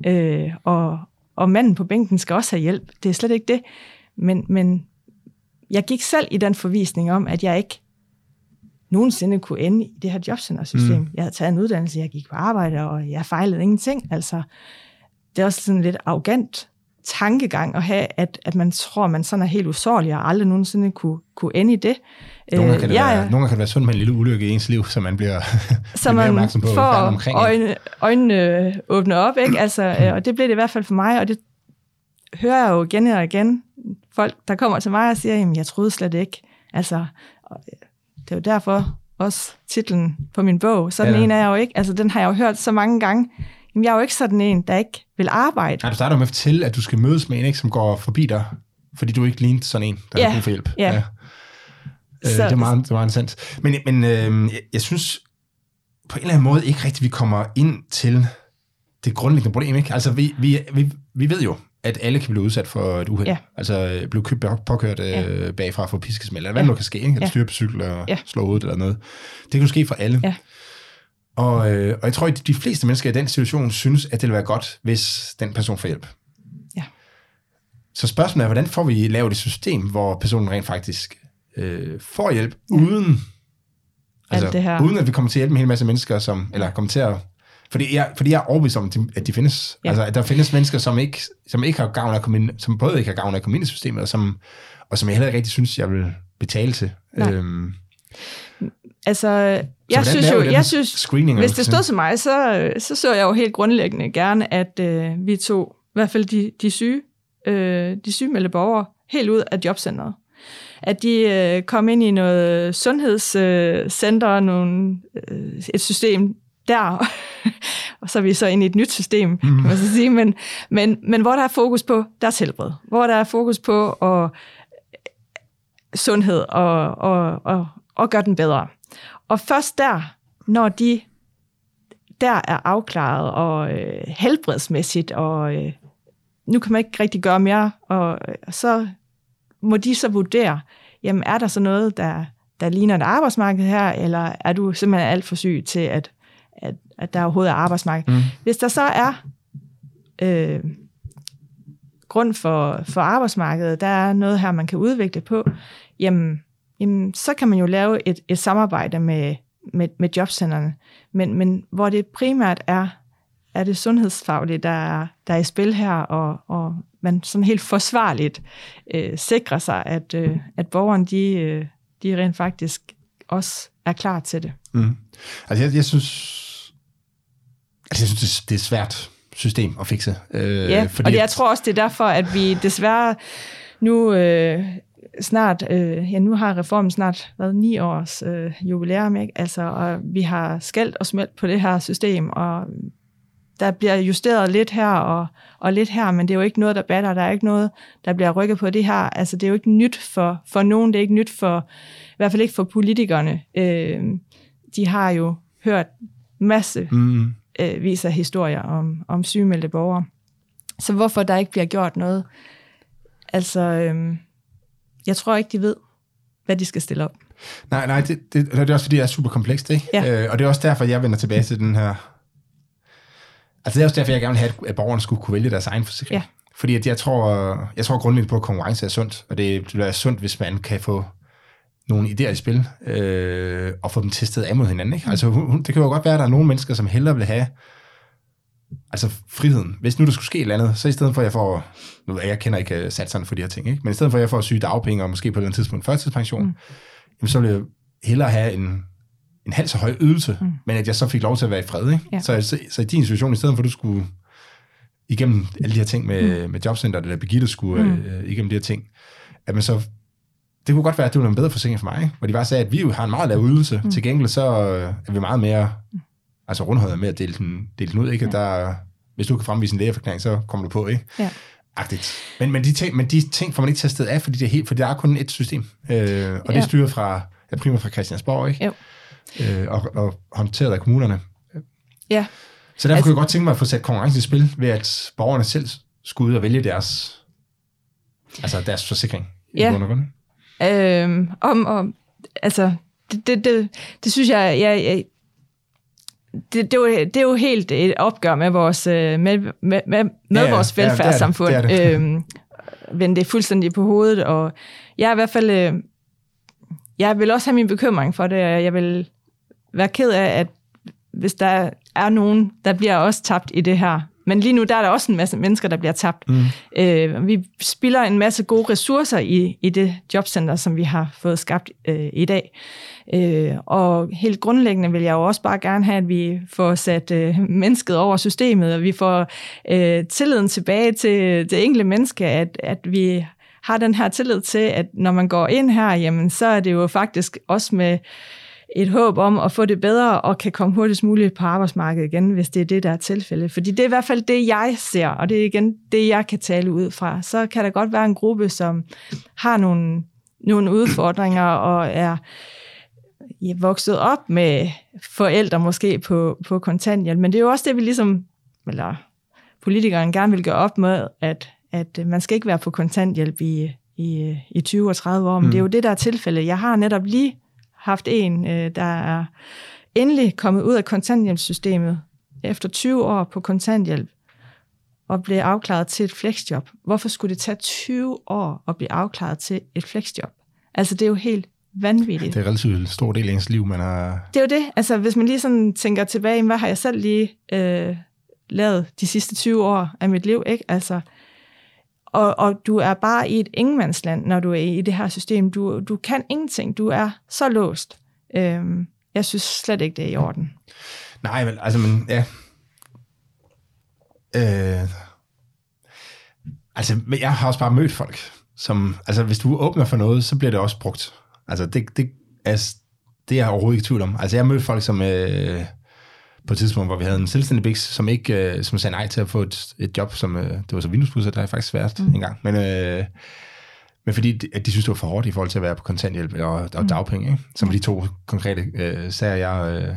og manden på bænken skal også have hjælp. Det er slet ikke det. Men jeg gik selv i den forvisning om, at jeg ikke nogensinde kunne ende i det her jobcentersystem. Jeg havde taget en uddannelse, jeg gik på arbejde, og jeg fejlede ingenting. Altså, det er også sådan lidt arrogant tankegang at have, at man tror, man sådan er helt usårlig, og aldrig nogensinde kunne ende i det. Nogle gange kan det være sundt med en lille ulykke i ens liv, så man bliver mere opmærksom på, hvad der er omkring. Øjnene åbner op, ikke? Altså, og det blev det i hvert fald for mig, og det hører jeg jo igen og igen. Folk, der kommer til mig og siger, jamen, jeg troede slet ikke. Altså, det er jo derfor også titlen på min bog. Sådan en er jeg jo ikke. Altså, den har jeg jo hørt så mange gange. Jamen, jeg er jo ikke sådan en, der ikke vil arbejde. Nej, du starter med at fortælle, at du skal mødes med en, ikke, som går forbi dig, fordi du ikke lignede sådan en, der har brug for hjælp. Ja. Det er meget interessant. Men jeg synes på en eller anden måde ikke rigtigt, vi kommer ind til det grundlæggende problem. Ikke? Altså, vi ved jo, at alle kan blive udsat for et uheld. Ja. Altså blive påkørt bagfra for piskesmæld, eller hvad nu kan ske, ikke? Eller styre på cykel og slå hovedet eller noget. Det kan jo ske for alle. Ja. Og jeg tror, at de fleste mennesker i den situation synes, at det vil være godt, hvis den person får hjælp. Ja. Så spørgsmålet er, hvordan får vi lavet et system, hvor personen rent faktisk får hjælp, uden at vi kommer til at hjælpe en hel masse mennesker, eller kommer til at... Fordi jeg er overbevist om, at de findes. Ja. Altså, at der findes mennesker, som ikke har gavn af at komme ind, som både ikke har gavn af at komme ind i systemet, og som jeg heller ikke rigtig synes, jeg vil betale til. Altså, jeg synes hvis det stod til mig, så jeg jo helt grundlæggende gerne, at vi tog i hvert fald de sygemeldte borgere helt ud af jobcentret. At de kom ind i noget sundhedscenter, et system der, og så er vi så ind i et nyt system, kan man så sige, men hvor der er fokus på deres helbred, hvor der er fokus på sundhed og gøre den bedre. Og først der, når de der er afklaret og helbredsmæssigt, og nu kan man ikke rigtig gøre mere, og så må de så vurdere, jamen er der så noget, der ligner et arbejdsmarked her, eller er du simpelthen alt for syg til, at der overhovedet er arbejdsmarked? Hvis der så er grund for arbejdsmarkedet, der er noget her, man kan udvikle på, jamen så kan man jo lave et samarbejde med jobcentrene, men hvor det primært er det sundhedsfaglige, der er i spil her, og man sådan helt forsvarligt sikrer sig, at borgerne de rent faktisk også er klar til det. Altså jeg synes, det er et svært system at fikse. Fordi og jeg tror også, det er derfor, at vi desværre nu snart, nu har reformen snart været 9 års jubilæum, ikke? Altså, og vi har skældt og smelt på det her system, og der bliver justeret lidt her og lidt her, men det er jo ikke noget, der batter. Der er ikke noget, der bliver rykket på det her. Altså, det er jo ikke nyt for nogen. Det er ikke nyt i hvert fald ikke for politikerne. De har jo hørt vis af historier om sygemeldte borgere. Så hvorfor der ikke bliver gjort noget? Altså, jeg tror ikke, de ved, hvad de skal stille op. Nej, det er også fordi, det er super komplekst, ikke? Ja. Og det er også derfor, jeg vender tilbage til den her. Altså det er også derfor, jeg gerne vil have, at borgerne skulle kunne vælge deres egen forsikring. Ja. Fordi at jeg tror grundlæggende på, at konkurrence er sundt, og det er sundt, hvis man kan få nogle idéer i spil, og få dem testet af mod hinanden. Ikke? Altså, det kan jo godt være, at der er nogle mennesker, som hellere vil have friheden. Hvis nu der skulle ske et eller andet, så i stedet for, at jeg får... Nu, jeg kender ikke satserne for de her ting, ikke? Men i stedet for, at jeg får syge dagpenge, og måske på et eller andet tidspunkt førtidspension, jamen, så vil jeg hellere have en halv så høj ydelse, men at jeg så fik lov til at være i fred. Ikke? Ja. Så i din situation, i stedet for, at du skulle igennem alle de her ting med jobcenteret, eller Birgitte skulle igennem de her ting, at man så... Det kunne godt være, at det var en bedre forsikring for mig, ikke? Hvor de bare sagde, at vi jo har en meget lav ydelse. Til gengæld så er vi meget mere rundhåndet med at dele den ud. Ikke? Ja. Hvis du kan fremvise en lægeforklaring, så kommer du på. Ikke? Ja. Agtigt. Men de ting får man ikke testet af, fordi der er kun et system. Og det er styret primært fra Christiansborg, ikke? Jo. Og håndteret af kommunerne. Ja. Så derfor kunne jeg godt tænke mig at få sat konkurrence i spil, ved at borgerne selv skulle ud og vælge deres forsikring. Ja. Det synes jeg det er jo helt et opgør med vores vores velfærdssamfund. Det. Vende det fuldstændig på hovedet, og jeg er i hvert fald jeg vil også have min bekymring for det, og jeg vil være ked af, at hvis der er nogen, der bliver også tabt i det her. Men lige nu, der er der også en masse mennesker, der bliver tabt. Vi spilder en masse gode ressourcer i det jobcenter, som vi har fået skabt i dag. Og helt grundlæggende vil jeg jo også bare gerne have, at vi får sat mennesket over systemet, og vi får tilliden tilbage til det enkelte menneske, at vi har den her tillid til, at når man går ind her, jamen, så er det jo faktisk også med et håb om at få det bedre og kan komme hurtigst muligt på arbejdsmarkedet igen, hvis det er det, der er tilfældet. Fordi det er i hvert fald det, jeg ser, og det er igen det, jeg kan tale ud fra. Så kan der godt være en gruppe, som har nogle udfordringer og er vokset op med forældre måske på kontanthjælp. Men det er jo også det, vi eller politikeren gerne vil gøre op med, at man skal ikke være på kontanthjælp i 20 og 30 år. Men det er jo det, der er tilfældet. Jeg har netop lige haft en, der er endelig kommet ud af kontanthjælpssystemet efter 20 år på kontanthjælp og blev afklaret til et flexjob. Hvorfor skulle det tage 20 år at blive afklaret til et flexjob? Altså, det er jo helt vanvittigt. Det er relativt stor del af ens liv, man har... Det er jo det. Altså, hvis man lige sådan tænker tilbage, hvad har jeg selv lige lavet de sidste 20 år af mit liv, ikke? Altså, og du er bare i et ingenmandsland, når du er i det her system. Du kan ingenting. Du er så låst. Jeg synes slet ikke, det er i orden. Nej, vel, altså, men ja. Men jeg har også bare mødt folk, som, altså, hvis du åbner for noget, så bliver det også brugt. Altså, det er jeg overhovedet ikke i tvivl om. Altså, jeg har mødt folk, som på et tidspunkt, hvor vi havde en selvstændig biks, som sagde nej til at få et job, som det var så vinduespudser, der har faktisk været en gang. Men fordi at de synes, det var for hårdt i forhold til at være på kontanthjælp og dagpenge, ikke? Som de to konkrete sager,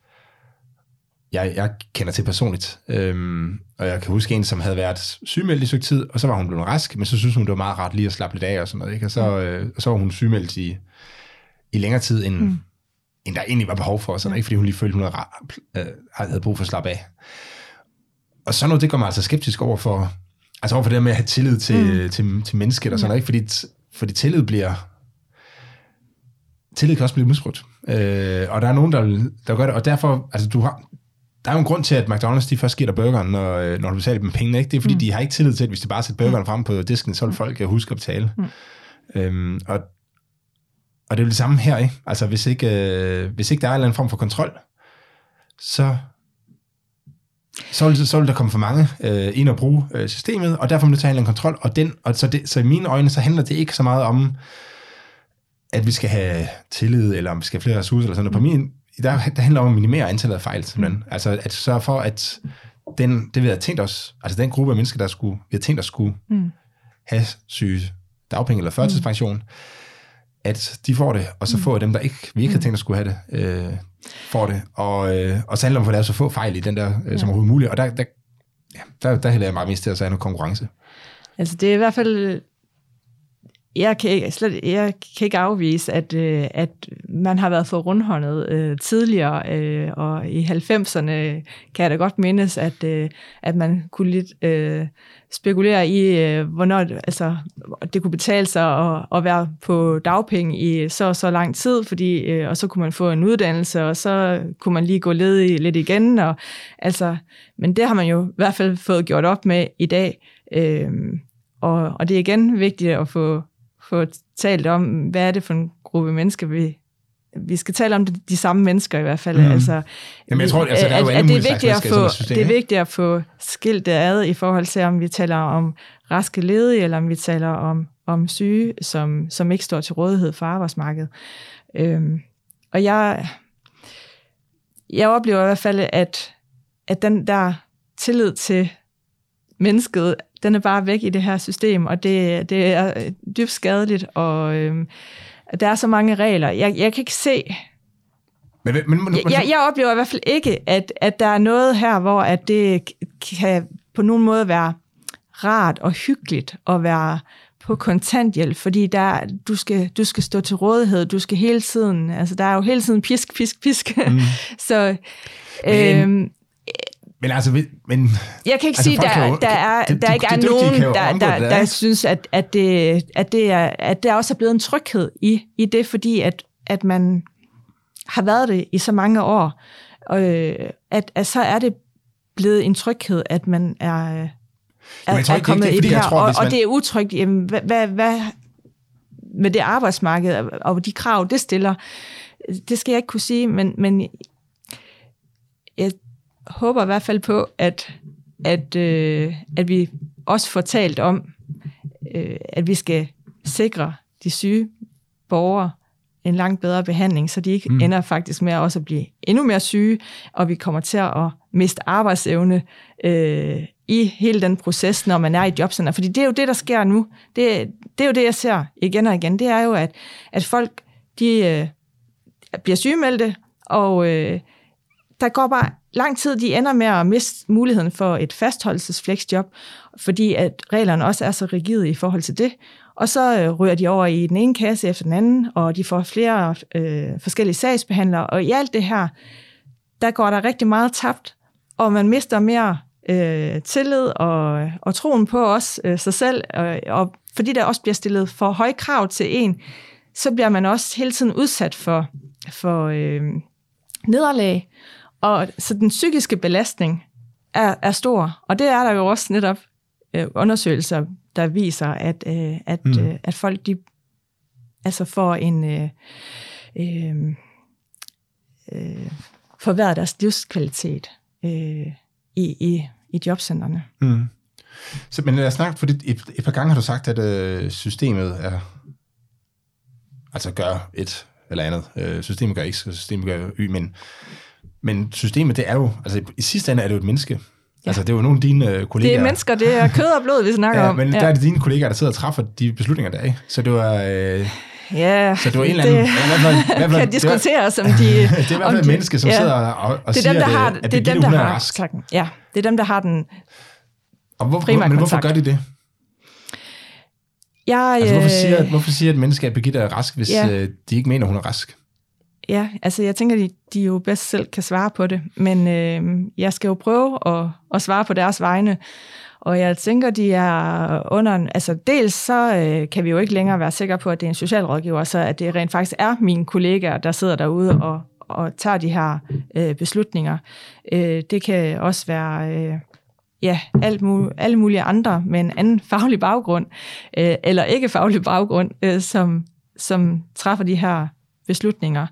jeg kender til personligt. Og jeg kan huske en, som havde været sygemeldt i stykke tid, og så var hun blevet rask, men så synes hun, det var meget rart lige at slappe lidt af og sådan noget, ikke? Og så var hun sygemeldt i længere tid, end der egentlig var behov for, sådan, ikke? Fordi hun lige følte, hun havde brug for at slappe af. Og sådan noget, det gør mig altså skeptisk over for det der med at have tillid til mennesket og sådan noget, ikke? Fordi tillid kan også blive misbrugt. Og der er nogen, der gør det, og derfor, altså der er jo en grund til, at McDonald's, de først giver dig burgeren, når du betaler dem pengene, ikke? Det er fordi, de har ikke tillid til, at hvis de bare sætter burgeren frem på disken, så vil folk huske at betale. Og det er jo det samme her, ikke? Altså, hvis ikke der er en eller anden form for kontrol, så vil der komme for mange ind og bruge systemet, og derfor må du tage en eller anden kontrol, så i mine øjne, så handler det ikke så meget om, at vi skal have tillid, eller om vi skal have flere ressourcer, eller sådan noget. På min, der handler om at minimere antallet af fejl, simpelthen. Altså, at sørge for, at det vi havde tænkt os, altså den gruppe af mennesker, vi havde tænkt os skulle have syge dagpenge eller førtidspension, at de får det, og så får dem, vi ikke havde tænkt at skulle have det, får det. Og så handler det om at få lavet så få fejl i den der, som overhovedet muligt. Og der hælder jeg meget mest til at sige noget konkurrence. Altså det er i hvert fald, jeg kan ikke afvise, at man har været for rundhåndet tidligere, og i 90'erne kan jeg da godt mindes, at man kunne lidt spekulere i, hvornår det kunne betale sig at være på dagpenge i så lang tid, fordi, og så kunne man få en uddannelse, og så kunne man lige gå ledig lidt igen. Men det har man jo i hvert fald fået gjort op med i dag. Og det er igen vigtigt at få talt om, hvad er det for en gruppe mennesker, vi skal tale om de samme mennesker i hvert fald. Jamen, jeg tror, der er jo alle mulige slags mennesker i system, det er vigtigt at få skilt det ad i forhold til, om vi taler om raske ledige, eller om vi taler om syge, som ikke står til rådighed for arbejdsmarkedet. Og jeg oplever i hvert fald, at den der tillid til mennesket, den er bare væk i det her system, og det er dybt skadeligt, og der er så mange regler. Jeg kan ikke se... Jeg oplever i hvert fald ikke, at der er noget her, hvor at det kan på nogen måde være rart og hyggeligt at være på kontanthjælp, fordi du skal stå til rådighed, du skal hele tiden, altså der er jo hele tiden pisk. Så... Men altså, jeg kan ikke sige, der ikke er nogen, der synes, at det også er blevet en tryghed i det, fordi at man har været det i så mange år, at så er det blevet en tryghed, at man er kommet i det her, og det er utrygt. Jamen, hvad med det arbejdsmarked og de krav, det stiller, det skal jeg ikke kunne sige, men jeg håber i hvert fald på, at vi også får talt om, at vi skal sikre de syge borgere en langt bedre behandling, så de ikke ender faktisk med også at blive endnu mere syge, og vi kommer til at miste arbejdsevne i hele den proces, når man er i jobcenter. Fordi det er jo det, der sker nu. Det er jo det, jeg ser igen og igen. Det er jo, at folk de bliver sygemeldte, og der går bare lang tid, de ender med at miste muligheden for et fastholdelsesfleksjob, fordi at reglerne også er så rigide i forhold til det. Og så ryger de over i den ene kasse efter den anden, og de får flere forskellige sagsbehandlere. Og i alt det her, der går der rigtig meget tabt, og man mister mere tillid og troen på også sig selv. Og fordi der også bliver stillet for høje krav til en, så bliver man også hele tiden udsat for nederlag. Og så den psykiske belastning er stor, og det er der jo også netop undersøgelser, der viser, at folk de altså får en forværret deres livskvalitet i jobcentrene. Så, men lad os snakke, fordi et par gange har du sagt, at systemet gør et eller andet. Systemet gør X, og systemet gør Y, men systemet, det er jo, altså i sidste ende er det jo et menneske. Ja. Altså det er jo nogle af dine kollegaer. Det er mennesker, det er kød og blod, vi snakker om. Men der er det dine kollegaer, der sidder og træffer de beslutninger der, ikke? Så det var... så det var en eller anden... kan diskuteres, om de... det er i hvert fald et menneske, som sidder og siger, at Birgitte, hun er rask. Ja, det er dem, der har den men hvorfor gør de det? Hvorfor siger et menneske, at Birgitte er rask, hvis de ikke mener, hun er rask? Ja, altså jeg tænker, de jo bedst selv kan svare på det, men jeg skal jo prøve at svare på deres vegne, og jeg tænker, de er under... Altså dels så kan vi jo ikke længere være sikre på, at det er en socialrådgiver, så at det rent faktisk er mine kollegaer, der sidder derude og tager de her beslutninger. Det kan også være... alle mulige andre med en anden faglig baggrund, eller ikke faglig baggrund, som træffer de her beslutninger.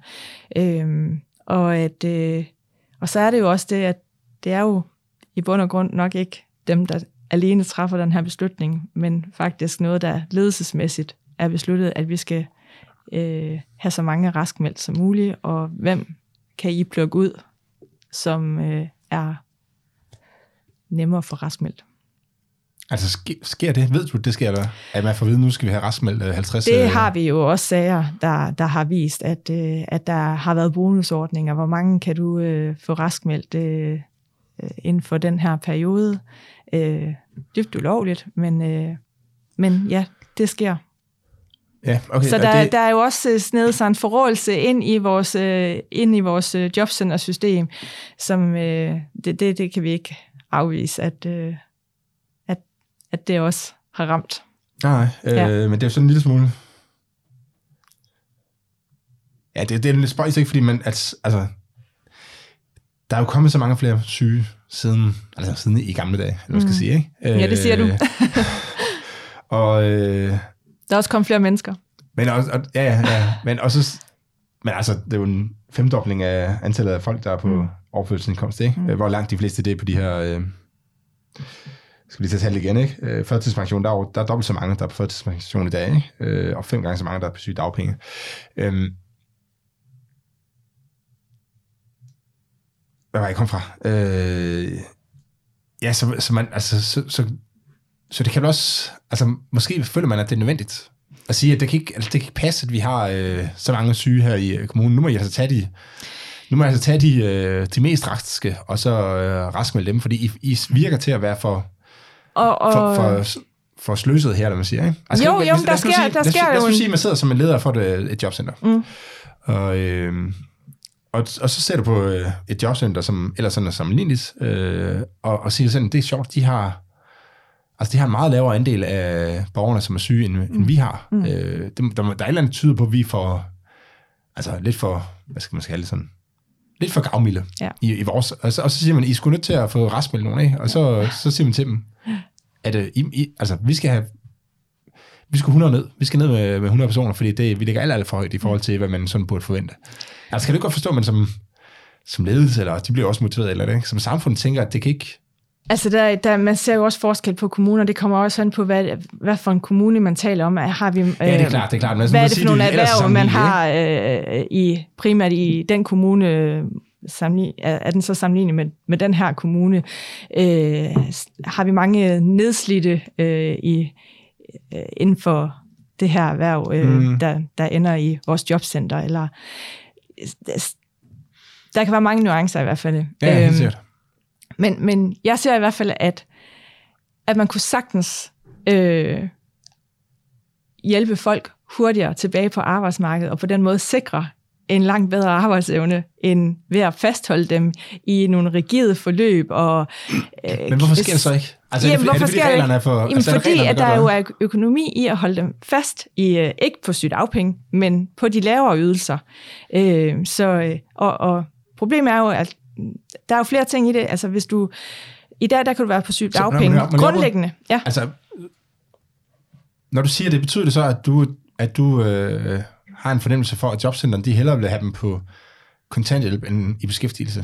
Og så er det jo også det, at det er jo i bund og grund nok ikke dem, der alene træffer den her beslutning, men faktisk noget, der ledelsesmæssigt er besluttet, at vi skal have så mange raskmeldt som muligt, og hvem kan I plukke ud, som er nemmere for raskmeldt. Altså sker det? Ved du, det sker der? At man får at vide, nu skal vi have raskmeldt 50? Det har vi jo også sager, der har vist, at der har været bonusordninger. Hvor mange kan du få raskmeldt inden for den her periode? Dybt ulovligt, men ja, det sker. Ja, okay. Så der er jo også snedet sig en forrådelse ind i vores jobcentersystem, som det kan vi ikke afvise, at det også har ramt. Nej, men det er jo sådan en lille smule... Ja, det er lidt spøjs, ikke? Fordi altså, der er jo kommet så mange flere syge siden i gamle dage, eller hvad skal jeg sige, ikke? Ja, det siger du. Og... der er også kommet flere mennesker. Men også, men altså, det er jo en femdobling af antallet af folk, der er på overførselsindkomst, ikke? Hvor langt de fleste det er på de her... skal vi lige tage igen, ikke? Førtidspension, der er dobbelt så mange, der er på førtidspension i dag, ikke? Og 5 gange så mange, der er på sygedagpenge. Hvad var jeg kom fra? Ja, så man, altså, så Så det kan også, altså måske føler man, at det er nødvendigt at sige, at det kan ikke passe, at vi har så mange syge her i kommunen. Nu må jeg altså tage de mest raske, og så raskmelde dem, fordi I virker til at være for sløset her, eller man siger, ikke? Altså, jo, der sker jo... Lad os sige, at man sidder som en leder for et jobcenter. Og så ser du på et jobcenter, som ellers sådan er sammenligneligt, og siger sådan, det er sjovt, de har en meget lavere andel af borgerne, som er syge, end vi har. Der er et eller andet tyder på, at vi får, altså lidt for, hvad skal man kalde det sådan, lidt for gavmilde i vores, og så siger man, I skulle nødt til at få raskmeldt nogen af, og så siger man til dem, at altså, vi skal 100 ned. Vi skal ned med 100 personer, fordi vi ligger alt for højt i forhold til, hvad man sådan burde forvente. Altså, kan du godt forstå, at man som ledelse, eller de bliver også motiveret, eller det, som samfund tænker, at det kan ikke... Altså, man ser jo også forskel på kommuner. Det kommer også an på, hvad for en kommune man taler om. Har vi, ja, det er klart. Men hvad er det for nogle erhverv, man har primært i den kommune, er den så sammenlignet med den her kommune? Har vi mange nedslidte inden for det her erhverv, der ender i vores jobcenter? Eller, der kan være mange nuancer i hvert fald. Ja, helt sikkert. Men jeg ser i hvert fald, at man kunne sagtens hjælpe folk hurtigere tilbage på arbejdsmarkedet, og på den måde sikre en langt bedre arbejdsevne, end ved at fastholde dem i nogle rigide forløb. Men hvorfor sker det så ikke? Altså, er det fordi reglerne er for... Jamen, fordi at der jo er økonomi i at holde dem fast, ikke på sygedagpenge, men på de lavere ydelser. Og problemet er jo, at der er jo flere ting i det. Altså, hvis du... I dag, der kan du være på sygedagpenge. Grundlæggende, ja. Altså, når du siger det, betyder det så, at du har en fornemmelse for, at jobcenterne, de hellere vil have dem på kontanthjælp end i beskæftigelse?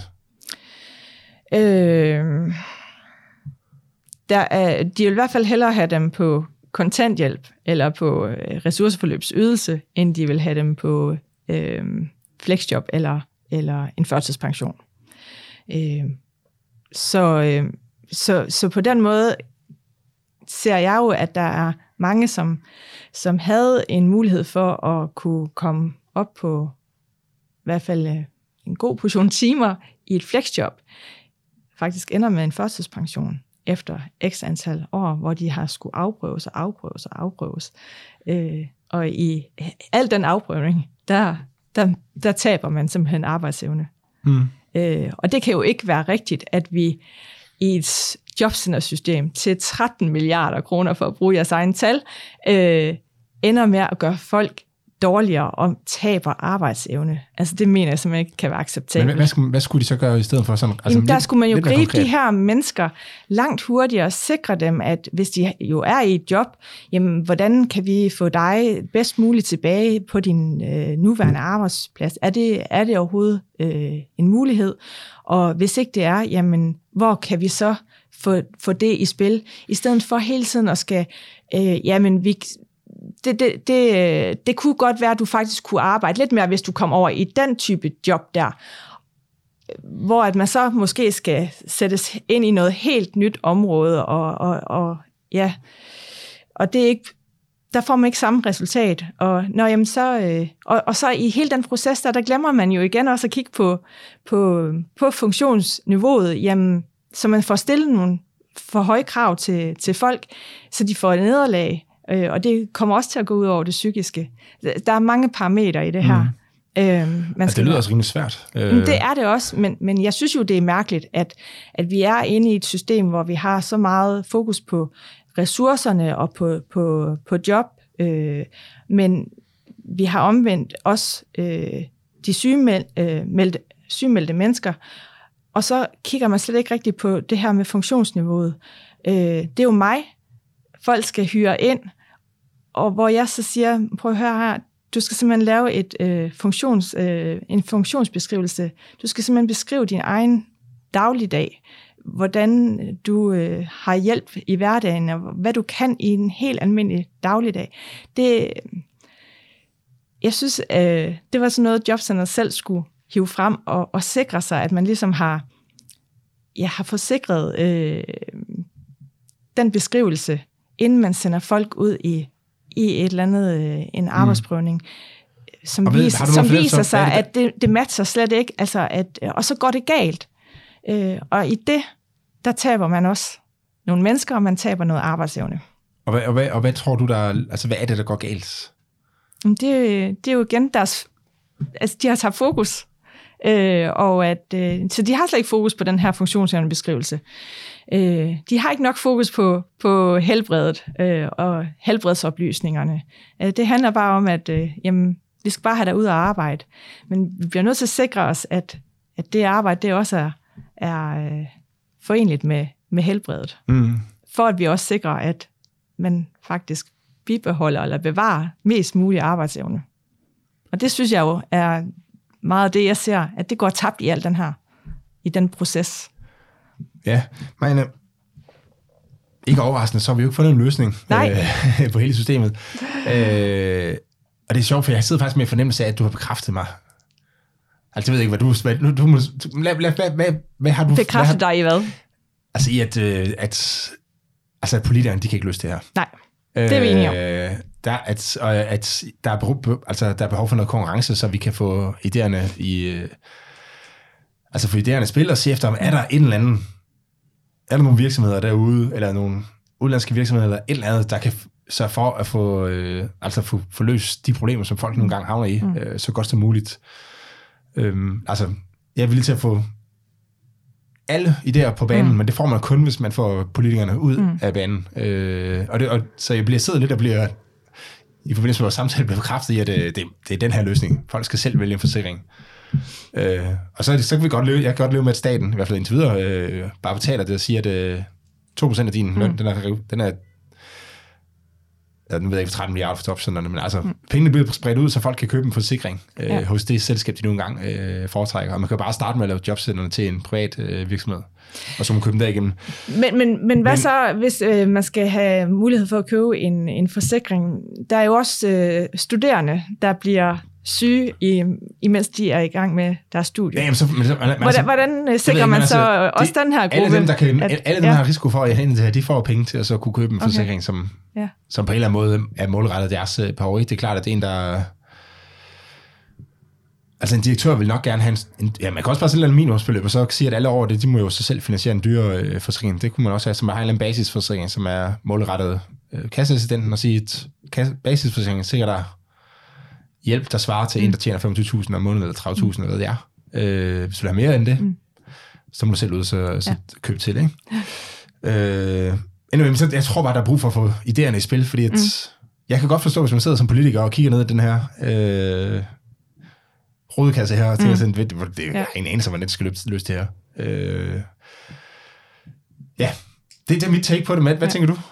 De vil i hvert fald hellere have dem på kontanthjælp eller på ressourceforløbsydelse, end de vil have dem på flexjob eller en førtidspension. Så på den måde ser jeg jo, at der er mange, som havde en mulighed for at kunne komme op på i hvert fald en god portion timer i et flexjob, faktisk ender med en førtidspension efter x antal år, hvor de har skulle afprøves. Og i al den afprøvning, der taber man simpelthen arbejdsevne. Og det kan jo ikke være rigtigt, at vi i et jobcentersystem til 13 milliarder kroner, for at bruge jeres egen tal, ender med at gøre folk dårligere og taber arbejdsevne. Altså det mener jeg simpelthen ikke kan være acceptabelt. Men hvad skulle de så gøre i stedet for sådan? Altså, der skulle man jo gribe de her mennesker langt hurtigere og sikre dem, at hvis de jo er i et job, jamen hvordan kan vi få dig bedst muligt tilbage på din nuværende arbejdsplads? Er det overhovedet en mulighed? Og hvis ikke det er, jamen hvor kan vi så få det i spil? I stedet for hele tiden at skal, det kunne godt være, at du faktisk kunne arbejde lidt mere, hvis du kom over i den type job der, hvor at man så måske skal sættes ind i noget helt nyt område, og det er ikke, der får man ikke samme resultat. Og så i hele den proces der glemmer man jo igen også at kigge på funktionsniveauet, jamen, så man får stillet nogle for høje krav til folk, så de får et nederlag. Og det kommer også til at gå ud over det psykiske. Der er mange parametre i det her. Det lyder også rimelig svært. Det er det også, men jeg synes jo, det er mærkeligt, at vi er inde i et system, hvor vi har så meget fokus på ressourcerne og på job, men vi har omvendt også de sygemeldte mennesker, og så kigger man slet ikke rigtigt på det her med funktionsniveauet. Det er jo mig, folk skal hyre ind, og hvor jeg så siger, prøv at høre her, du skal simpelthen lave en funktionsbeskrivelse. Du skal simpelthen beskrive din egen dagligdag, hvordan du har hjælp i hverdagen, og hvad du kan i en helt almindelig dagligdag. Jeg synes, det var sådan noget, jobcenteret selv skulle hive frem og sikre sig, at man ligesom har forsikret den beskrivelse inden man sender folk ud i et eller andet, en arbejdsprøvning, som viser sig, at det matcher slet ikke, altså og så går det galt. Og i det, der taber man også nogle mennesker, og man taber noget arbejdsevne. Og hvad tror du, hvad er det, der går galt? Det er jo igen de har taget fokus, så de har slet ikke fokus på den her funktionsevnebeskrivelse. De har ikke nok fokus på helbredet og helbredsoplysningerne. Det handler bare om, at vi skal bare have dig ud og arbejde. Men vi bliver nødt til at sikre os, at det arbejde, det også er forenligt med helbredet. For at vi også sikrer, at man faktisk bibeholder eller bevarer mest mulig arbejdsevne. Og det synes jeg jo er meget det, jeg ser, at det går tabt i den proces. Ja, men ikke overraskende, så har vi jo ikke fundet en løsning på hele systemet. Og det er sjovt, for jeg sidder faktisk med fornemmelse af, at du har bekræftet mig. Altså, jeg ved ikke, hvad har du... Bekræftet dig i hvad? Altså, i at politikerne, de kan ikke løse det her. Nej, det er vi enige om. Der er behov for noget konkurrence, så vi kan få idéerne få idéerne i spil og se efter, om er der nogle virksomheder derude, eller nogle udlandske virksomheder, eller et eller andet, der kan sørge for at få løst de problemer, som folk nogle gange havner i, så godt som muligt. Jeg er villig til at få alle idéer på banen, men det får man kun, hvis man får politikerne ud af banen. Så jeg bliver siddet lidt og bliver i forbindelse med vores samtale bliver bekræftet i, at det er den her løsning. Folk skal selv vælge en forsikring. Og så kan jeg kan godt leve med, at staten, i hvert fald indtil videre, bare betaler det og siger, at 2% af din løn, den er nu ved jeg ikke, 13 milliarder for topsenderne, men altså, pengene bliver spredt ud, så folk kan købe en forsikring hos det selskab, de nu engang foretrækker. Og man kan bare starte med at lave jobcentrene til en privat virksomhed, og så må man købe dem derigennem. Men hvad så, hvis man skal have mulighed for at købe en forsikring? Der er jo også studerende, der bliver syge, imens de er i gang med deres studie. Ja, hvordan sikrer man så også den her gruppe? Alle dem, der har risiko for at hente det her, de får penge til at så kunne købe en forsikring, som på en eller anden måde er målrettet deres behov. Det er klart, at det er en, der... Altså en direktør vil nok gerne have man kan også bare sætte en minimumsbeløb, og så sige, at alle over det, de må jo så selv finansiere en dyre forsikring. Det kunne man også have, som har en eller anden basisforsikring, som er målrettet kasseassistenten, og sige, at basisforsikringen sikkert der hjælp, der svarer til en, der tjener 25.000 om måneden, eller 30.000, eller hvad det er. Hvis du vil have mere end det, så må du selv ud så købe til, ikke? Så jeg tror bare, der er brug for at få idéerne i spil, fordi at jeg kan godt forstå, hvis man sidder som politiker og kigger ned i den her rodekasse her, og tænker sådan, det er en anelse, hvordan det skal løse det her. Det er mit take på det, Matt. Hvad tænker du?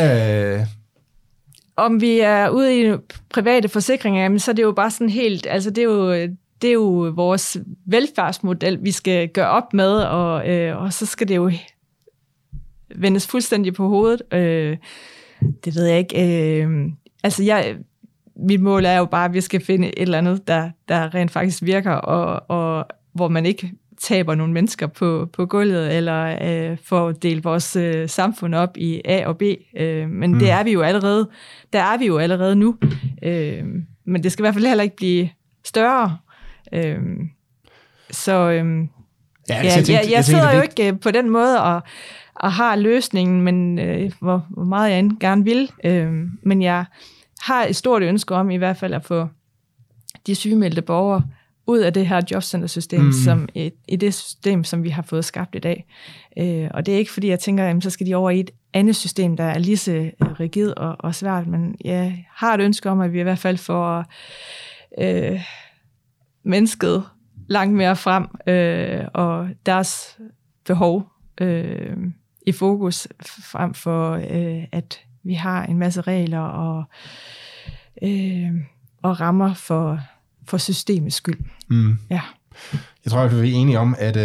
Om vi er ude i private forsikringer, så er det jo bare sådan helt, altså det er jo vores velfærdsmodel, vi skal gøre op med, og så skal det jo vendes fuldstændig på hovedet. Det ved jeg ikke. Mit mål er jo bare, at vi skal finde et eller andet, der rent faktisk virker, og hvor man ikke taber nogle mennesker på gulvet, eller får delt vores samfund op i A og B. Men det er vi jo allerede. Der er vi jo allerede nu. Men det skal i hvert fald heller ikke blive større. Jeg sidder jo ikke på den måde og har løsningen, men hvor meget jeg gerne vil. Men jeg har et stort ønske om i hvert fald at få de sygemeldte borgere ud af det her jobcentersystem, som i det system, som vi har fået skabt i dag. Og det er ikke, fordi jeg tænker, at så skal de over i et andet system, der er lige så rigid og svært, men jeg har et ønske om, at vi i hvert fald får mennesket langt mere frem, og deres behov i fokus, frem for at vi har en masse regler og rammer for systemets skyld. Ja. Jeg tror, at vi er enige om, at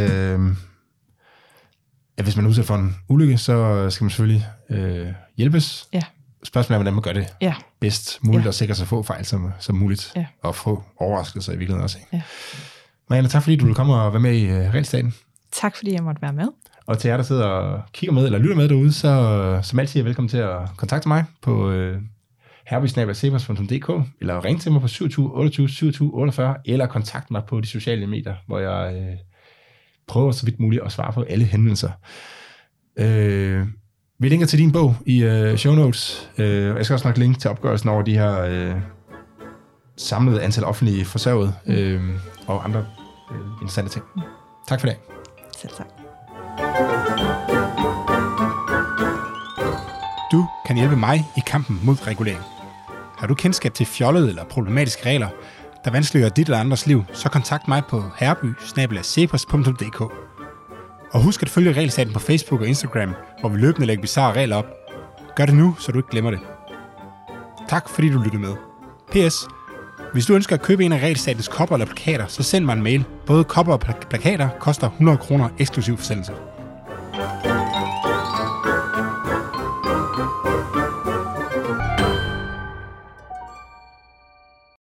hvis man er udsat for en ulykke, så skal man selvfølgelig hjælpes. Ja. Spørgsmålet er, hvordan man gør det bedst muligt, og sikre sig få fejl som muligt, og få overraskelser i virkeligheden også. Ikke? Marianne, tak fordi du ville komme og være med i Realstaten. Tak fordi jeg måtte være med. Og til jer, der sidder og kigger med eller lytter med derude, så som altid er velkommen til at kontakte mig på herby@cepos.dk eller ring til mig på 27 28 27 48 eller kontakt mig på de sociale medier, hvor jeg prøver så vidt muligt at svare på alle henvendelser. Vi linker til din bog i show notes. Jeg skal også nok linke til opgørelsen over de her samlede antal offentlige forsørgede og andre interessante ting. Tak for det. Selv tak. Du kan hjælpe mig i kampen mod regulering. Har du kendskab til fjollede eller problematiske regler, der vanskeliggør dit eller andres liv, så kontakt mig på herby@cepos.dk. Og husk at følge Regelstaten på Facebook og Instagram, hvor vi løbende lægger bizarre regler op. Gør det nu, så du ikke glemmer det. Tak fordi du lyttede med. PS. Hvis du ønsker at købe en af Regelstatens kopper eller plakater, så send mig en mail. Både kopper og plakater koster 100 kroner eksklusiv forsendelse.